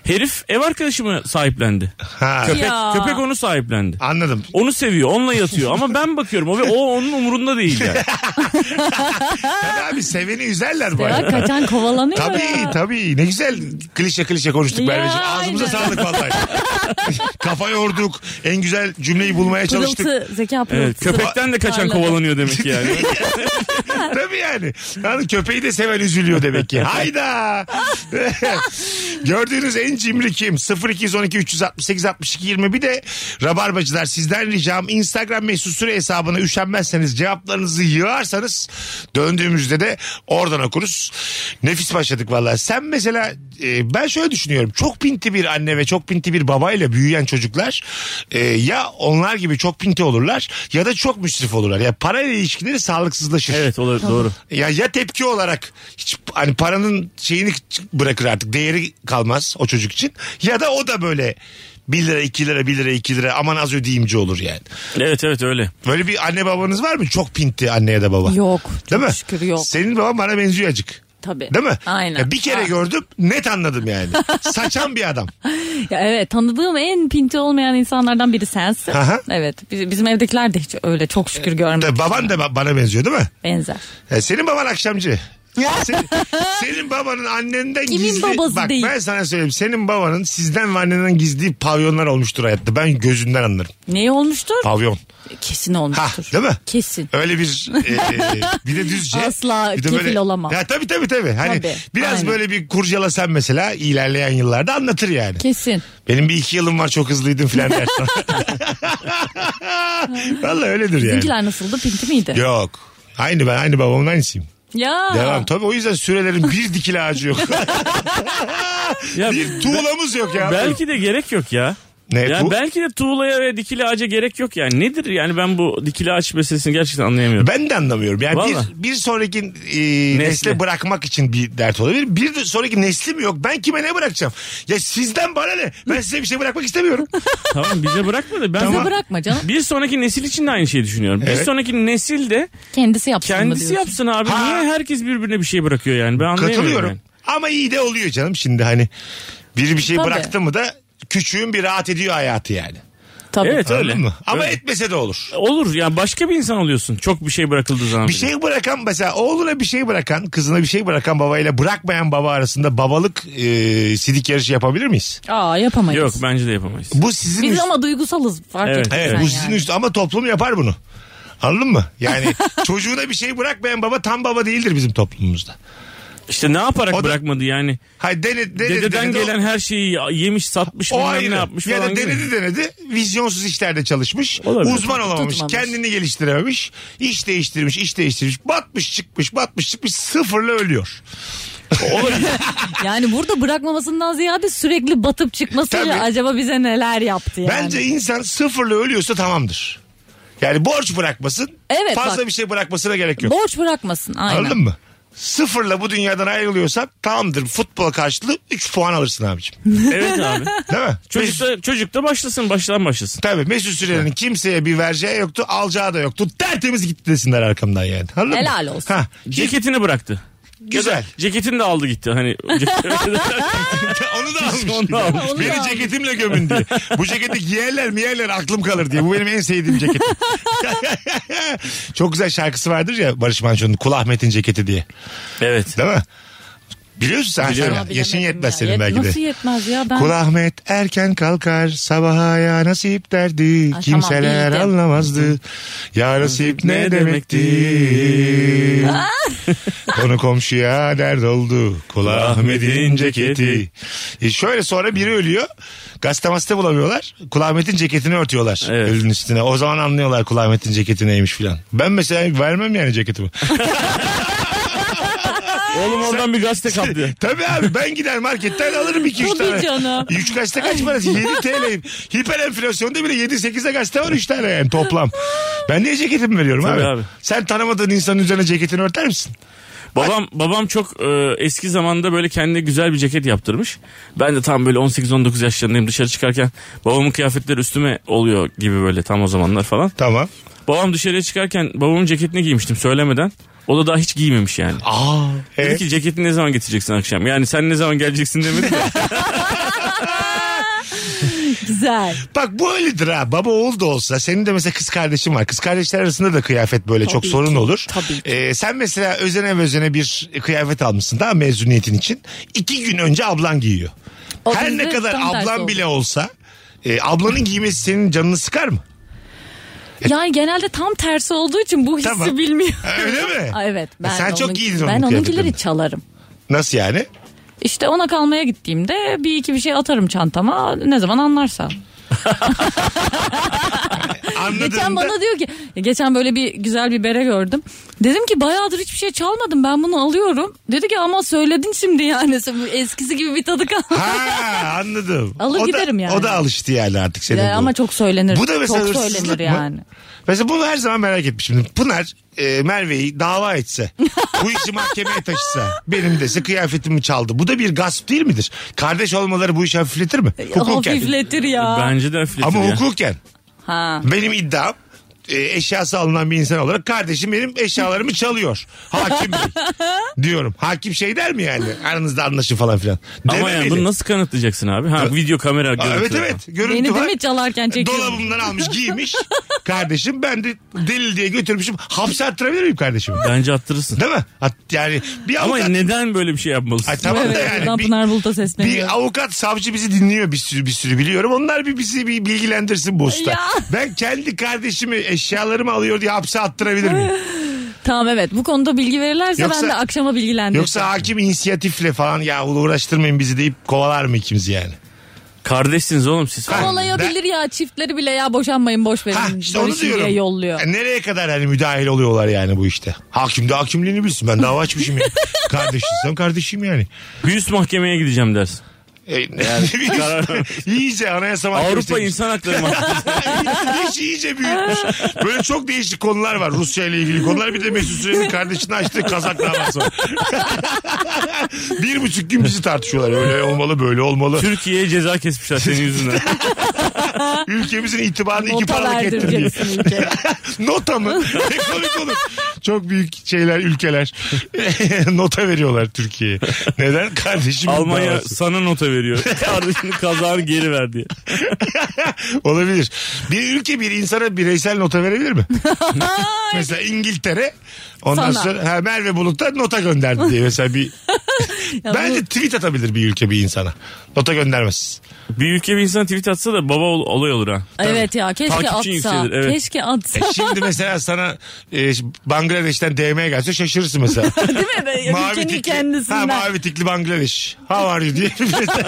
Speaker 5: Herif ev arkadaşımı sahiplendi.
Speaker 3: Ha.
Speaker 5: Köpek onu sahiplendi.
Speaker 3: Anladım.
Speaker 5: Onu seviyor, onunla yatıyor ama ben bakıyorum o onun umurunda değil yani.
Speaker 3: Tabii abi, seveni üzerler bu
Speaker 4: Ya
Speaker 3: arada.
Speaker 4: kaçan kovalanıyor ya.
Speaker 3: Tabii ne güzel klişe konuştuk
Speaker 4: Ya,
Speaker 3: Merveciğim. Ağzımıza
Speaker 4: aynen.
Speaker 3: sağlık vallahi. Kafa yorduk. En güzel cümleyi bulmaya çalıştık.
Speaker 4: Pırıltı, zeka pırıltısı.
Speaker 5: Evet, köpekten de kaçan
Speaker 4: Parladı.
Speaker 5: kovalanıyor demek ki yani.
Speaker 3: Tabii yani. Yani köpeği de seven üzülüyor demek ki. Hayda. Gördüğünüz en cimri kim? 0212 368 62 20. Bir de Rabarbacılar, sizden ricam Instagram mesut süre hesabına üşenmezseniz cevaplarınızı yığarsanız döndüğümüzde de oradan okuruz. Nefis başladık vallahi. Sen mesela ben şöyle düşünüyorum. Çok pinti bir anne ve çok pinti bir babayla büyüyen çocuklar ya onlar gibi çok pinti olurlar ya da çok müsrif olurlar. Ya parayla ilişkileri sağlıksızlaşır.
Speaker 5: Evet doğru.
Speaker 3: Ya tepki olarak hiç hani paranın şeyini bırakır artık, değeri kalmaz o çocuk için, ya da o da böyle 1 lira 2 lira 1 lira 2 lira aman az ödeyimci olur yani.
Speaker 5: Evet öyle.
Speaker 3: Böyle bir anne babanız var mı? Çok pinti anne ya da baba.
Speaker 4: Yok.
Speaker 3: Değil mi?
Speaker 4: Şükür yok.
Speaker 3: Senin baban bana benziyor acık.
Speaker 4: Tabii.
Speaker 3: Değil mi?
Speaker 4: Aynen.
Speaker 3: Ya bir kere gördüm, net anladım yani. Saçan bir adam.
Speaker 4: Ya evet, tanıdığım en pinti olmayan insanlardan biri sensin.
Speaker 3: Aha.
Speaker 4: Evet, bizim evdekiler de hiç öyle çok şükür görmedim.
Speaker 3: Baban da bana benziyor değil mi?
Speaker 4: Benzer.
Speaker 3: Senin baban akşamcı. Senin babanın annenden
Speaker 4: Kimin
Speaker 3: gizli...
Speaker 4: babası
Speaker 3: Bak
Speaker 4: değil?
Speaker 3: ben sana söyleyeyim. Senin babanın sizden ve annenden gizli pavyonlar olmuştur hayatta. Ben gözünden anlarım.
Speaker 4: Ne olmuştur?
Speaker 3: Pavyon.
Speaker 4: Kesin
Speaker 3: Ha,
Speaker 4: olmuştur.
Speaker 3: değil mi?
Speaker 4: Kesin.
Speaker 3: Öyle bir bir de düzce.
Speaker 4: Asla
Speaker 3: bir de
Speaker 4: kefil olamam.
Speaker 3: Ya tabii. Hani
Speaker 4: Tabii,
Speaker 3: biraz
Speaker 4: aynen.
Speaker 3: böyle bir kurcalasan mesela ilerleyen yıllarda anlatır yani.
Speaker 4: Kesin.
Speaker 3: Benim bir 2 yılım var, çok hızlıydım filan dersin. Vallahi öyledir yani.
Speaker 4: Bizimkiler nasıldı? Pinti miydi?
Speaker 3: Yok. Aynı babamın aynısıyım.
Speaker 4: Ya.
Speaker 3: Devam. Tabii o yüzden sürelerin bir dikili ağacı yok.
Speaker 5: Ya,
Speaker 3: bir tuğlamız yok ya.
Speaker 5: belki de gerek yok ya.
Speaker 3: Ne,
Speaker 5: Yani belki de tuğlaya ve dikili ağaca gerek yok yani. Nedir yani, ben bu dikili ağaç meselesini gerçekten anlayamıyorum.
Speaker 3: Ben de anlamıyorum. Yani
Speaker 5: Vallahi.
Speaker 3: bir sonraki nesle bırakmak için bir dert olabilir. Bir de sonraki neslim yok. Ben kime ne bırakacağım? Ya sizden bana ne? Ben size bir şey bırakmak istemiyorum.
Speaker 5: Tamam, bize bırakma da ben
Speaker 4: Bize bırakma canım.
Speaker 5: bir sonraki nesil için de aynı şeyi düşünüyorum.
Speaker 3: Evet.
Speaker 5: Bir sonraki nesil de
Speaker 4: Kendisi yapsın mı
Speaker 5: kendisi
Speaker 4: diyorsun?
Speaker 5: yapsın abi.
Speaker 3: Ha.
Speaker 5: Niye herkes birbirine bir şey bırakıyor yani? Ben anlayamıyorum.
Speaker 3: Katılıyorum.
Speaker 5: Yani.
Speaker 3: Ama iyi de oluyor canım şimdi hani. Biri bir şey
Speaker 4: Tabii.
Speaker 3: bıraktı mı da küçüğün bir rahat ediyor hayatı yani.
Speaker 4: Tabii.
Speaker 5: Evet öyle.
Speaker 3: Anladın mı? Ama
Speaker 5: Öyle.
Speaker 3: etmese de olur.
Speaker 5: Olur yani, başka bir insan oluyorsun. Çok bir şey bırakıldığı zaman.
Speaker 3: Bir şey bırakan, mesela oğluna bir şey bırakan, kızına bir şey bırakan babayla bırakmayan baba arasında babalık sidik yarışı yapabilir miyiz?
Speaker 4: Yapamayız.
Speaker 5: Yok, bence de yapamayız.
Speaker 3: Bu sizin
Speaker 4: Biz
Speaker 3: üst-
Speaker 4: ama duygusalız, fark
Speaker 5: Evet,
Speaker 4: ettin
Speaker 3: Evet,
Speaker 4: sen
Speaker 3: bu sizin
Speaker 4: yani.
Speaker 3: üst, ama toplum yapar bunu. Anladın mı? Yani çocuğuna bir şey bırakmayan baba tam baba değildir bizim toplumumuzda.
Speaker 5: İşte ne yaparak
Speaker 3: O da-
Speaker 5: bırakmadı yani.
Speaker 3: Hayır,
Speaker 5: Dededen gelen her şeyi yemiş, satmış,
Speaker 3: o
Speaker 5: bilmem
Speaker 3: ayrı.
Speaker 5: ne yapmış
Speaker 3: Ya
Speaker 5: falan
Speaker 3: da
Speaker 5: gibi.
Speaker 3: denedi. Vizyonsuz işlerde çalışmış.
Speaker 5: Olabilir.
Speaker 3: Uzman olamamış.
Speaker 4: Tutmamış.
Speaker 3: Kendini geliştirememiş. İş değiştirmiş. Batmış çıkmış. Sıfırla ölüyor.
Speaker 4: Yani burada bırakmamasından ziyade sürekli batıp çıkmasıyla
Speaker 3: Tabii.
Speaker 4: acaba bize neler yaptı yani.
Speaker 3: Bence insan sıfırla ölüyorsa tamamdır. Yani borç bırakmasın.
Speaker 4: Evet,
Speaker 3: Fazla
Speaker 4: bak.
Speaker 3: bir şey bırakmasına gerek yok.
Speaker 4: Borç bırakmasın, aynen.
Speaker 3: Anladın mı? Sıfırla bu dünyadan ayrılıyorsan tamamdır. Futbol karşılığı 3 puan alırsın abicim.
Speaker 5: Evet abi.
Speaker 3: Değil mi?
Speaker 5: Çocuk da baştan başlasın.
Speaker 3: Tabii Mesut Süren'in kimseye bir vereceği yoktu, alacağı da yoktu. Tertemiz gitti desinler arkamdan yani. Anladın mı?
Speaker 4: Helal olsun.
Speaker 3: Ha,
Speaker 5: Ceketini bıraktı.
Speaker 3: güzel.
Speaker 5: Ceketini de aldı gitti. Hani
Speaker 3: Onu da almış.
Speaker 5: Onu da almış.
Speaker 4: Onu da
Speaker 3: Beni
Speaker 4: almış.
Speaker 3: ceketimle gömün diye. Bu ceketi giyerler aklım kalır diye. Bu benim en sevdiğim ceketim. Çok güzel şarkısı vardır ya Barış Manço'nun, Kul Ahmet'in ceketi diye.
Speaker 5: evet.
Speaker 3: Değil mi? Biliyorsun sen,
Speaker 5: Biliyorum.
Speaker 3: sen yaşın
Speaker 4: Bilemedim
Speaker 3: yetmez
Speaker 4: ya.
Speaker 3: senin belki de.
Speaker 4: Nasıl yetmez ya? Ben
Speaker 3: Kul Ahmet erken kalkar, sabaha ya nasip derdi,
Speaker 4: Ay,
Speaker 3: kimseler
Speaker 4: tamam, bildim.
Speaker 3: anlamazdı. Ya nasip ne demekti? Konu komşuya dert oldu, Kul Ahmet'in ceketi. Şöyle sonra biri ölüyor, gazete bulamıyorlar, Kul Ahmet'in ceketini örtüyorlar
Speaker 5: Evet.
Speaker 3: ölünün üstüne. O zaman anlıyorlar Kul Ahmet'in ceketi neymiş filan. Ben mesela vermem yani ceketimi.
Speaker 5: Oğlum oradan bir gazete kaptı.
Speaker 3: Tabii abi, ben gider marketten alırım 2-3
Speaker 4: Tabii
Speaker 3: tane.
Speaker 4: canım.
Speaker 3: 3 gazete kaç parası? 7 TL. Hiper enflasyonda bile 7-8'e gazete var 3 tane yani toplam. Ben niye ceketimi veriyorum
Speaker 5: Tabii
Speaker 3: abi?
Speaker 5: abi.
Speaker 3: Sen tanımadığın insanın üzerine ceketini örter misin?
Speaker 5: Babam çok eski zamanda böyle kendine güzel bir ceket yaptırmış. Ben de tam böyle 18-19 yaşlarındayım, dışarı çıkarken babamın kıyafetleri üstüme oluyor gibi böyle tam o zamanlar falan.
Speaker 3: Tamam.
Speaker 5: Babam dışarıya çıkarken babamın ceketini giymiştim söylemeden. O da daha hiç giymemiş yani. Dedi
Speaker 3: Evet.
Speaker 5: ki ceketini ne zaman getireceksin akşam? Yani sen ne zaman geleceksin demedi de.
Speaker 4: Güzel.
Speaker 3: Bak bu öyledir ha. Baba oğul da olsa. Senin de mesela kız kardeşin var. Kız kardeşler arasında da kıyafet böyle çok sorun olur.
Speaker 4: Tabii
Speaker 3: Sen mesela özene bir kıyafet almışsın daha mezuniyetin için. 2 gün önce ablan giyiyor.
Speaker 4: O
Speaker 3: Her
Speaker 4: bizde
Speaker 3: ne kadar
Speaker 4: tam tersi
Speaker 3: ablan
Speaker 4: oldu.
Speaker 3: bile olsa ablanın giymesi senin canını sıkar mı?
Speaker 4: Yani genelde tam tersi olduğu için bu hissi
Speaker 3: Tamam.
Speaker 4: bilmiyorum.
Speaker 3: Öyle mi?
Speaker 4: Evet.
Speaker 3: Sen çok giydin onun
Speaker 4: Ben
Speaker 3: kıyafetlerini.
Speaker 4: onunkileri çalarım.
Speaker 3: Nasıl yani?
Speaker 4: İşte ona kalmaya gittiğimde bir iki bir şey atarım çantama ne zaman anlarsa. Geçen
Speaker 3: Anladığında
Speaker 4: bana diyor ki geçen böyle bir güzel bir bere gördüm. Dedim ki bayağıdır hiçbir şey çalmadım ben bunu alıyorum. Dedi ki ama söyledin şimdi yani eskisi gibi bir tadı kalmadı.
Speaker 3: Ha anladım.
Speaker 4: Alır giderim yani.
Speaker 3: O da alıştı yani artık senin bu.
Speaker 4: Ama çok söylenir.
Speaker 3: Bu da mesela
Speaker 4: çok
Speaker 3: hırsızlık
Speaker 4: söylenir
Speaker 3: mı?
Speaker 4: yani.
Speaker 3: Mesela bunu her zaman merak etmişim. Pınar Merve'yi dava etse, bu işi mahkemeye taşısa, benim dese kıyafetimi çaldı. Bu da bir gasp değil midir? Kardeş olmaları bu işi hafifletir mi? Hukuken.
Speaker 4: Hafifletir ya.
Speaker 5: Bence de hafifletir
Speaker 3: Ama
Speaker 5: ya.
Speaker 3: hukuken.
Speaker 4: Ha.
Speaker 3: Benim iddiam eşyası alınan bir insan olarak kardeşim benim eşyalarımı çalıyor. Hakim Bey. Diyorum. Hakim şey der mi yani? Aranızda anlaşın falan filan.
Speaker 5: Ama yani
Speaker 3: Dememeli.
Speaker 5: bunu nasıl kanıtlayacaksın abi? Ha video kamera görüntü.
Speaker 3: Evet. Görüntü
Speaker 4: Beni
Speaker 3: var.
Speaker 4: değil mi çalarken çekiyor?
Speaker 3: Dolabımdan almış giymiş. Kardeşim ben de delil diye götürmüşüm. Hapse attırabilir miyim kardeşimi?
Speaker 5: Bence attırırsın.
Speaker 3: Değil mi? Yani bir
Speaker 5: Ama
Speaker 3: avukat...
Speaker 5: neden böyle bir şey yapmalısın?
Speaker 3: Ay, tamam da
Speaker 4: Evet,
Speaker 3: yani
Speaker 4: buradan
Speaker 3: bir,
Speaker 4: Pınar Bulut'a sesleniyor.
Speaker 3: bir avukat savcı bizi dinliyor bir sürü biliyorum. Onlar bizi bir bilgilendirsin bu usta.
Speaker 4: Ya.
Speaker 3: Ben kendi kardeşimi eşyalarımı alıyor diye hapse attırabilir miyim?
Speaker 4: Tamam evet bu konuda bilgi verirlerse
Speaker 3: Yoksa-
Speaker 4: ben de akşama bilgilendiririm.
Speaker 3: Yoksa hakim inisiyatifle falan ya uğraştırmayın bizi deyip kovalar mı ikimizi yani?
Speaker 5: Kardeşsiniz oğlum siz falan.
Speaker 4: Olayabilir ya çiftleri bile ya boşanmayın boş verin.
Speaker 3: Ha işte onu
Speaker 4: barışın diye
Speaker 3: diyorum.
Speaker 4: yolluyor.
Speaker 3: Nereye kadar hani müdahil oluyorlar yani bu işte? Hakim de hakimliğini bilsin. Ben dava açmışım ya. Kardeşiysem kardeşim yani.
Speaker 5: Bir üst mahkemeye gideceğim dersin.
Speaker 3: İyice anayasa mahkemesi.
Speaker 5: Avrupa İnsan Hakları Mahkemesi.
Speaker 3: İş iyice büyütmüş. Böyle çok değişik konular var. Rusya ile ilgili konular. Bir de Mesut Süren'in kardeşini açtığı Kazak davası var. 1,5 gün bizi tartışıyorlar. Öyle olmalı böyle olmalı.
Speaker 5: Türkiye'ye ceza kesmişler senin yüzünden.
Speaker 3: Ülkemizin itibarını iki
Speaker 4: Nota
Speaker 3: paralık etti diye.
Speaker 4: verdireceksin ülkeye.
Speaker 3: Nota mı? Ne komik olur. Çok büyük şeyler ülkeler. Nota veriyorlar Türkiye'ye. Neden? Kardeşim.
Speaker 5: Almanya
Speaker 3: davası.
Speaker 5: sana nota veriyor. Kardeşinin kazağını geri ver diye.
Speaker 3: Olabilir. Bir ülke bir insana bireysel nota verebilir mi? Mesela İngiltere ondan
Speaker 4: Sana.
Speaker 3: sonra Merve Bulut'a nota gönderdi diye mesela bir
Speaker 4: Ya
Speaker 3: bence tweet atabilir bir ülke bir insana. Nota göndermez.
Speaker 5: Bir ülke bir insan tweet atsa da baba olay olur ha.
Speaker 4: Evet ya keşke
Speaker 5: Takipçi
Speaker 4: atsa.
Speaker 5: yükselir, evet.
Speaker 4: Keşke atsa.
Speaker 3: Şimdi mesela sana Bangladeş'ten DM gelse şaşırırsın mesela.
Speaker 4: Değil mi? Be? Ülkenin kendisinden.
Speaker 3: mavi tikli Bangladeş. How are you diye.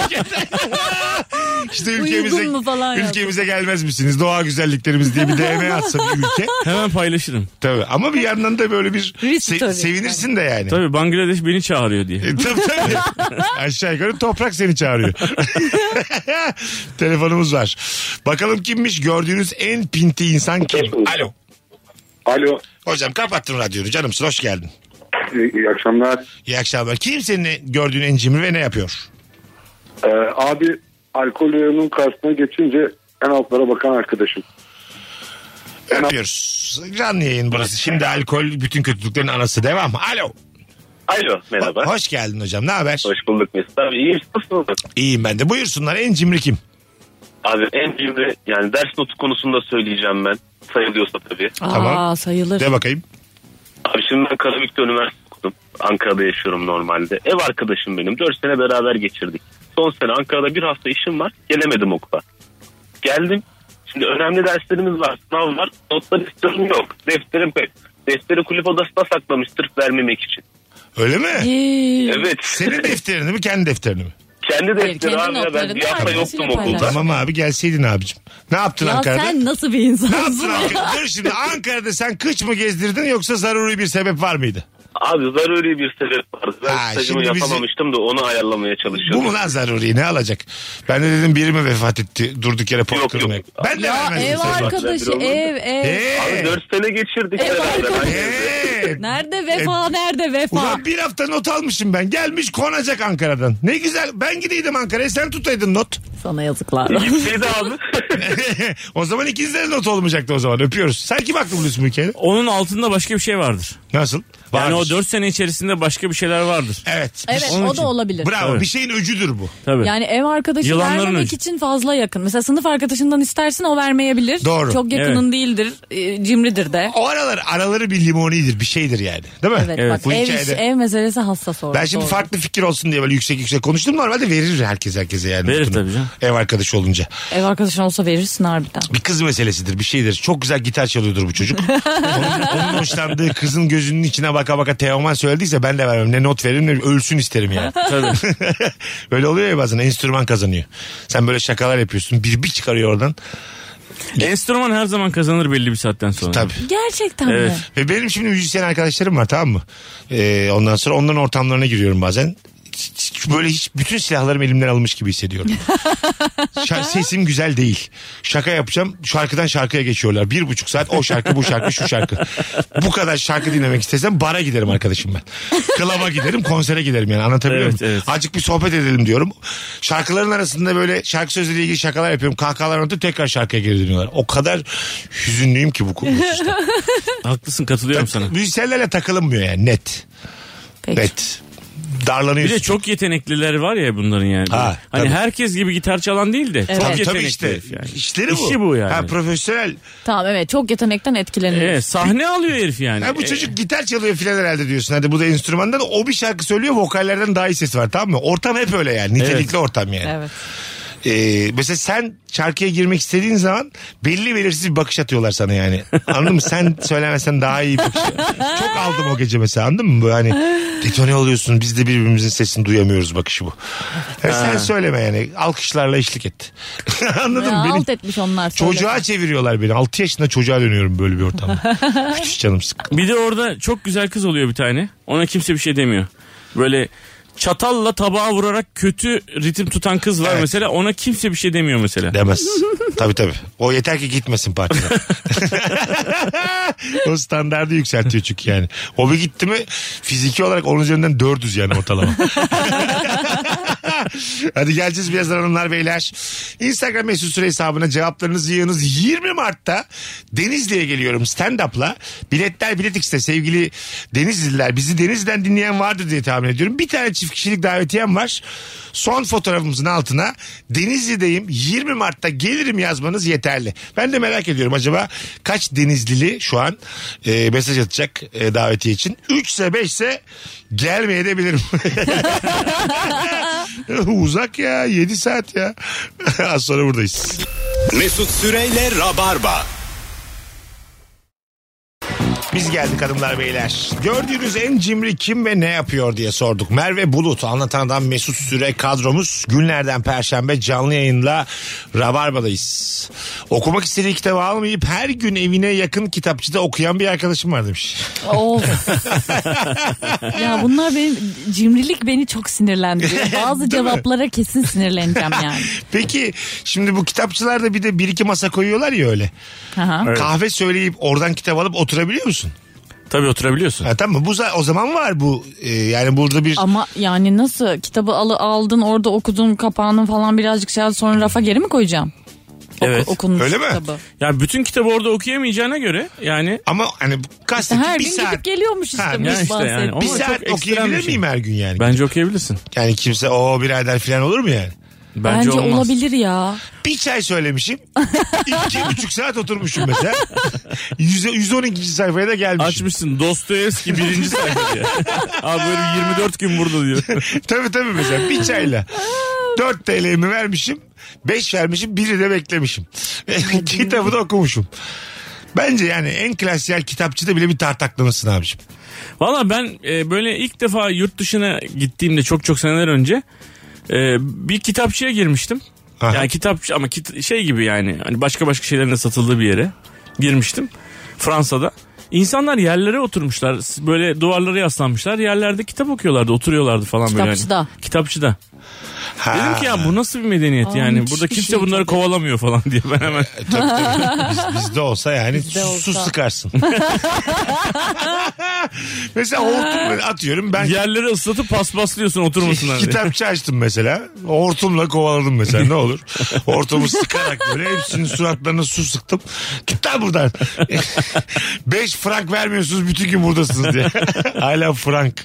Speaker 3: İşte
Speaker 4: Uyudun mu falan
Speaker 3: ülkemize gelmez misiniz? Doğa güzelliklerimiz diye bir DM atsa bir ülke.
Speaker 5: Hemen paylaşırım.
Speaker 3: Tabii ama bir yandan da böyle bir
Speaker 4: Story.
Speaker 3: sevinirsin de yani.
Speaker 5: Tabii Bangladeş beni çağırıyor diye.
Speaker 3: Tabii. Aşağı yukarı toprak seni çağırıyor. Telefonumuz var. Bakalım kimmiş gördüğünüz en pinti insan kim? Alo.
Speaker 7: Alo.
Speaker 3: Hocam kapattın radyonu canımsın hoş geldin.
Speaker 7: İyi akşamlar.
Speaker 3: İyi akşamlar. Kim senin gördüğün en cimri ve ne yapıyor?
Speaker 7: Abi alkol reyonunun karşısına geçince en altlara bakan arkadaşım.
Speaker 3: Öpüyoruz. Canlı yayın burası. Şimdi alkol bütün kötülüklerin anası. Devam. Alo.
Speaker 8: Alo merhaba.
Speaker 3: Hoş geldin hocam. Ne haber?
Speaker 8: Hoş bulduk Mesut abi. İyiyim nasılsınız?
Speaker 3: İyiyim ben de. Buyursunlar. En cimri kim?
Speaker 8: Abi en cimri yani ders notu konusunda söyleyeceğim ben. Sayılıyorsa tabii.
Speaker 3: Tamam.
Speaker 4: Sayılır.
Speaker 3: De bakayım.
Speaker 8: Abi şimdi ben Karabük'te üniversite okudum. Ankara'da yaşıyorum normalde. Ev arkadaşım benim. 4 sene beraber geçirdik. Son sene Ankara'da bir hafta işim var. Gelemedim okula. Geldim. Şimdi önemli derslerimiz var. Sınav var. Notlar istiyorum yok. Defteri kulüp odasına saklamış sırf vermemek için.
Speaker 3: Öyle mi?
Speaker 8: Evet.
Speaker 3: Senin defterini mi kendi defterini mi?
Speaker 8: Kendi defteri
Speaker 4: kendi
Speaker 8: abi. Ben
Speaker 4: notlarını
Speaker 8: bir hafta
Speaker 4: arkadaşıyla
Speaker 8: yoktum okulda.
Speaker 4: paylaş.
Speaker 3: Tamam abi gelseydin abicim. Ne yaptın
Speaker 4: Ya
Speaker 3: Ankara'da?
Speaker 4: sen nasıl bir
Speaker 3: Ne
Speaker 4: insansın?
Speaker 3: yaptın Ankara'da? Dur şimdi Ankara'da sen kıç mı gezdirdin yoksa zaruri bir sebep var mıydı?
Speaker 8: Abi zaruri bir sebep vardı. Ben
Speaker 3: Ha,
Speaker 8: stajımı
Speaker 3: şimdi bizi-
Speaker 8: yapamamıştım da onu ayarlamaya
Speaker 3: Bu
Speaker 8: çalışıyorum.
Speaker 3: mu lan zaruri ne alacak? Ben de dedim biri mi vefat etti durduk yere pot
Speaker 8: Yok,
Speaker 3: kırmaya.
Speaker 8: yok.
Speaker 3: Ben de
Speaker 4: Ya
Speaker 3: vermezdim
Speaker 4: ev
Speaker 3: seni.
Speaker 4: arkadaşı ev.
Speaker 8: Abi 4 sene geçirdik
Speaker 4: Ev
Speaker 8: beraber.
Speaker 4: Nerede vefa nerede vefa?
Speaker 3: Ulan bir hafta not almışım ben. Gelmiş konacak Ankara'dan. Ne güzel. Ben gideydim Ankara'ya sen tutaydın not.
Speaker 4: Sana yazıklar.
Speaker 8: Gitseydi abi.
Speaker 3: O zaman ikinizlerin not olmayacaktı o zaman. Öpüyoruz. Sen kim haklı buluyorsun bu hikayede?
Speaker 5: Onun altında başka bir şey vardır.
Speaker 3: Nasıl?
Speaker 5: Yani
Speaker 3: Vardır.
Speaker 5: o 4 sene içerisinde başka bir şeyler vardır.
Speaker 3: Evet.
Speaker 4: Evet,
Speaker 5: Onun
Speaker 4: o
Speaker 5: için.
Speaker 4: da olabilir.
Speaker 3: Bravo.
Speaker 5: Tabii.
Speaker 3: Bir şeyin öcüdür bu.
Speaker 5: Tabii.
Speaker 4: Yani ev arkadaşı
Speaker 5: Yılanların
Speaker 4: vermemek
Speaker 5: öcü.
Speaker 4: için fazla yakın. Mesela sınıf arkadaşından istersin, o vermeyebilir.
Speaker 3: Doğru.
Speaker 4: Çok yakının değildir. Cimridir de.
Speaker 3: O araları bir limonidir. Bir şeydir yani. Değil mi?
Speaker 4: Evet,
Speaker 5: Evet.
Speaker 4: bak
Speaker 3: Bu
Speaker 4: ev,
Speaker 3: hikayede-
Speaker 4: ev meselesi hassas orada.
Speaker 3: Ben şimdi
Speaker 4: Doğru.
Speaker 3: farklı fikir olsun diye böyle yüksek konuştum. Normalde verir herkese yani.
Speaker 5: Verir
Speaker 3: notunu.
Speaker 5: tabii canım.
Speaker 3: Ev arkadaşı olunca.
Speaker 4: Ev arkadaşın olsa verirsin harbiden.
Speaker 3: Bir kız meselesidir, bir şeydir. Çok güzel gitar çalıyordur bu çocuk. onun hoşlandığı kızın gözünün içine baka baka Teoman söylediyse ben de vermem. Ne not veririm ne ölsün isterim yani.
Speaker 5: Tabii.
Speaker 3: Öyle oluyor ya bazen, enstrüman kazanıyor. Sen böyle şakalar yapıyorsun, bir çıkarıyor oradan.
Speaker 5: Enstrüman her zaman kazanır belli bir saatten sonra.
Speaker 3: Tabii.
Speaker 4: Gerçekten
Speaker 5: Evet.
Speaker 4: mi?
Speaker 3: Ve benim şimdi müzisyen arkadaşlarım var, tamam mı? Ondan sonra onların ortamlarına giriyorum bazen. Böyle hiç bütün silahlarım elimden alınmış gibi hissediyorum. Sesim güzel değil. Şaka yapacağım, şarkıdan şarkıya geçiyorlar. 1,5 saat o şarkı, bu şarkı, şu şarkı. Bu kadar şarkı dinlemek istesem bara giderim arkadaşım ben. Klaba giderim, konsere giderim yani, anlatabiliyor
Speaker 5: Evet,
Speaker 3: muyum?
Speaker 5: evet.
Speaker 3: Azıcık bir sohbet edelim diyorum. Şarkıların arasında böyle şarkı sözleriyle ilgili şakalar yapıyorum. Kahkahalar anlatıp tekrar şarkıya geri dönüyorlar. O kadar hüzünlüyüm ki bu hususta.
Speaker 5: Haklısın, katılıyorum sana.
Speaker 3: Müzisyenlerle takılınmıyor yani, net.
Speaker 4: Peki.
Speaker 3: Net.
Speaker 5: Bir
Speaker 3: Darlanıyorsun.
Speaker 5: de çok yetenekliler var ya bunların yani.
Speaker 3: Ha,
Speaker 5: hani
Speaker 3: tabii.
Speaker 5: herkes gibi gitar çalan değil de çok
Speaker 3: Tabii
Speaker 5: yetenekli
Speaker 3: işte.
Speaker 5: herif yani.
Speaker 3: İşleri bu.
Speaker 5: İşi bu yani.
Speaker 3: Ha, profesyonel.
Speaker 4: Tamam, evet, çok yetenekten etkileniyor.
Speaker 5: Evet, sahne alıyor herif yani.
Speaker 3: Ha, bu çocuk gitar çalıyor filan herhalde diyorsun. Hadi bu da enstrümandan. O bir şarkı söylüyor, vokallerden daha iyi sesi var, tamam mı? Ortam hep öyle yani. Nitelikli ortam yani.
Speaker 4: Evet.
Speaker 3: Mesela sen şarkıya girmek istediğin zaman belli belirsiz bir bakış atıyorlar sana yani. Anladın mı? Sen söylemezsen daha iyi bir bakış. Çok aldım o gece mesela, anladın mı? Böyle hani detone oluyorsun, biz de birbirimizin sesini duyamıyoruz bakışı bu. Yani sen söyleme yani, alkışlarla eşlik et. Anladın mı? Beni
Speaker 4: Alt etmiş onlar.
Speaker 3: çocuğa çeviriyorlar beni. 6 yaşında çocuğa dönüyorum böyle bir ortamda. Müthiş canım sıkkın.
Speaker 5: Bir de orada çok güzel kız oluyor bir tane. Ona kimse bir şey demiyor. Böyle çatalla tabağa vurarak kötü ritim tutan kız var
Speaker 3: Evet.
Speaker 5: mesela. Ona kimse bir şey demiyor mesela.
Speaker 3: Demez. Tabii. O yeter ki gitmesin partiden. O standardı yükseltiyor çünkü yani. O bir gitti mi fiziki olarak onun üzerinden 400 yani ortalama. Hadi geleceğiz birazdan hanımlar beyler. Instagram mesut süre hesabına cevaplarınızı yığınız. 20 Mart'ta Denizli'ye geliyorum stand-up'la. Biletler Bilet X'te, sevgili Denizliler. Bizi Denizli'den dinleyen vardır diye tahmin ediyorum. Bir tane çift kişilik davetiyem var. Son fotoğrafımızın altına Denizli'deyim 20 Mart'ta gelirim yazmanız yeterli. Ben de merak ediyorum, acaba kaç Denizlili şu an mesaj atacak davetiye için. 3 ise 5 ise gelmeye de bilirim. Uzak ya, 7 saat ya. Az sonra buradayız.
Speaker 2: Mesut Süreyle Rabarba.
Speaker 3: Biz geldik hanımlar beyler. Gördüğünüz en cimri kim ve ne yapıyor diye sorduk. Merve Bulut, Anlatan Adam Mesut Süre kadromuz. Günlerden Perşembe canlı yayınla Rabarba'dayız. Okumak istediği kitabı almayıp her gün evine yakın kitapçıda okuyan bir arkadaşım var demiş.
Speaker 4: Of. Ya bunlar cimrilik beni çok sinirlendiriyor. Bazı
Speaker 3: Değil mi?
Speaker 4: cevaplara kesin sinirleneceğim yani.
Speaker 3: Peki şimdi bu kitapçılarda bir de bir iki masa koyuyorlar ya öyle.
Speaker 4: Aha.
Speaker 5: Evet.
Speaker 3: Kahve söyleyip oradan kitap alıp oturabiliyor musun?
Speaker 5: Tabii oturabiliyorsun.
Speaker 3: Ha, tamam mı? O zaman var bu. Yani burada bir...
Speaker 4: Ama yani nasıl kitabı aldın orada okudun kapağını falan birazcık şey sonra rafa geri mi koyacağım?
Speaker 5: Evet.
Speaker 4: Okunmuş
Speaker 3: Öyle mi?
Speaker 4: kitabı.
Speaker 5: Ya bütün kitabı orada okuyamayacağına göre yani
Speaker 3: Ama hani kastettim
Speaker 4: Her
Speaker 3: bir
Speaker 4: gün
Speaker 3: saat.
Speaker 4: gidip geliyormuş işte.
Speaker 3: Ha,
Speaker 4: biz
Speaker 5: ya işte yani.
Speaker 4: bahsettik.
Speaker 5: Ama
Speaker 3: Bir
Speaker 5: çok
Speaker 3: saat
Speaker 5: ekstrem
Speaker 3: okuyabilir
Speaker 5: bir şey.
Speaker 3: miyim her gün yani?
Speaker 5: bence okuyabilirsin.
Speaker 3: Yani kimse o birader falan olur mu yani?
Speaker 4: Bence
Speaker 5: olmaz.
Speaker 4: olabilir ya.
Speaker 3: Bir çay söylemişim. 2,5 saat oturmuşum mesela. 112. sayfaya da gelmişim.
Speaker 5: Açmışsın Dostoyevski 1. sayfa diye. Abi böyle 24 gün burada diyor.
Speaker 3: Tabii mesela bir çayla. 4 TL'mi vermişim. 5 vermişim. 1'i de beklemişim. Kitabı da okumuşum. Bence yani en klas yer kitapçıda bile bir tartaklamışsın abiciğim.
Speaker 5: Valla ben böyle ilk defa yurt dışına gittiğimde çok seneler önce bir kitapçıya girmiştim.
Speaker 3: Aha.
Speaker 5: Yani kitapçı ama şey gibi yani hani başka şeylerin de satıldığı bir yere girmiştim Fransa'da. İnsanlar yerlere oturmuşlar, böyle duvarlara yaslanmışlar, yerlerde kitap okuyorlardı, oturuyorlardı falan böyle.
Speaker 4: Kitapçıda.
Speaker 5: Yani. Kitapçıda.
Speaker 3: Ha.
Speaker 5: Dedim ki ya bu nasıl bir medeniyet yani?
Speaker 4: müthiş
Speaker 5: Burada
Speaker 4: bir
Speaker 5: kimse
Speaker 4: şey
Speaker 5: bunları
Speaker 4: tabii.
Speaker 5: kovalamıyor falan diye ben hemen.
Speaker 3: Tabii. Bizde olsa yani
Speaker 4: Bizde
Speaker 3: su
Speaker 4: olsa.
Speaker 3: sıkarsın. Mesela hortumla atıyorum ben
Speaker 5: Yerleri ıslatıp paspaslıyorsun oturmasınlar diye.
Speaker 3: kitapçı açtım mesela. Hortumla kovaladım mesela ne olur. Hortumu sıkarak böyle hepsinin suratlarına su sıktım. Git lan buradan. 5 frank vermiyorsunuz bütün gün buradasınız diye. Hala frank.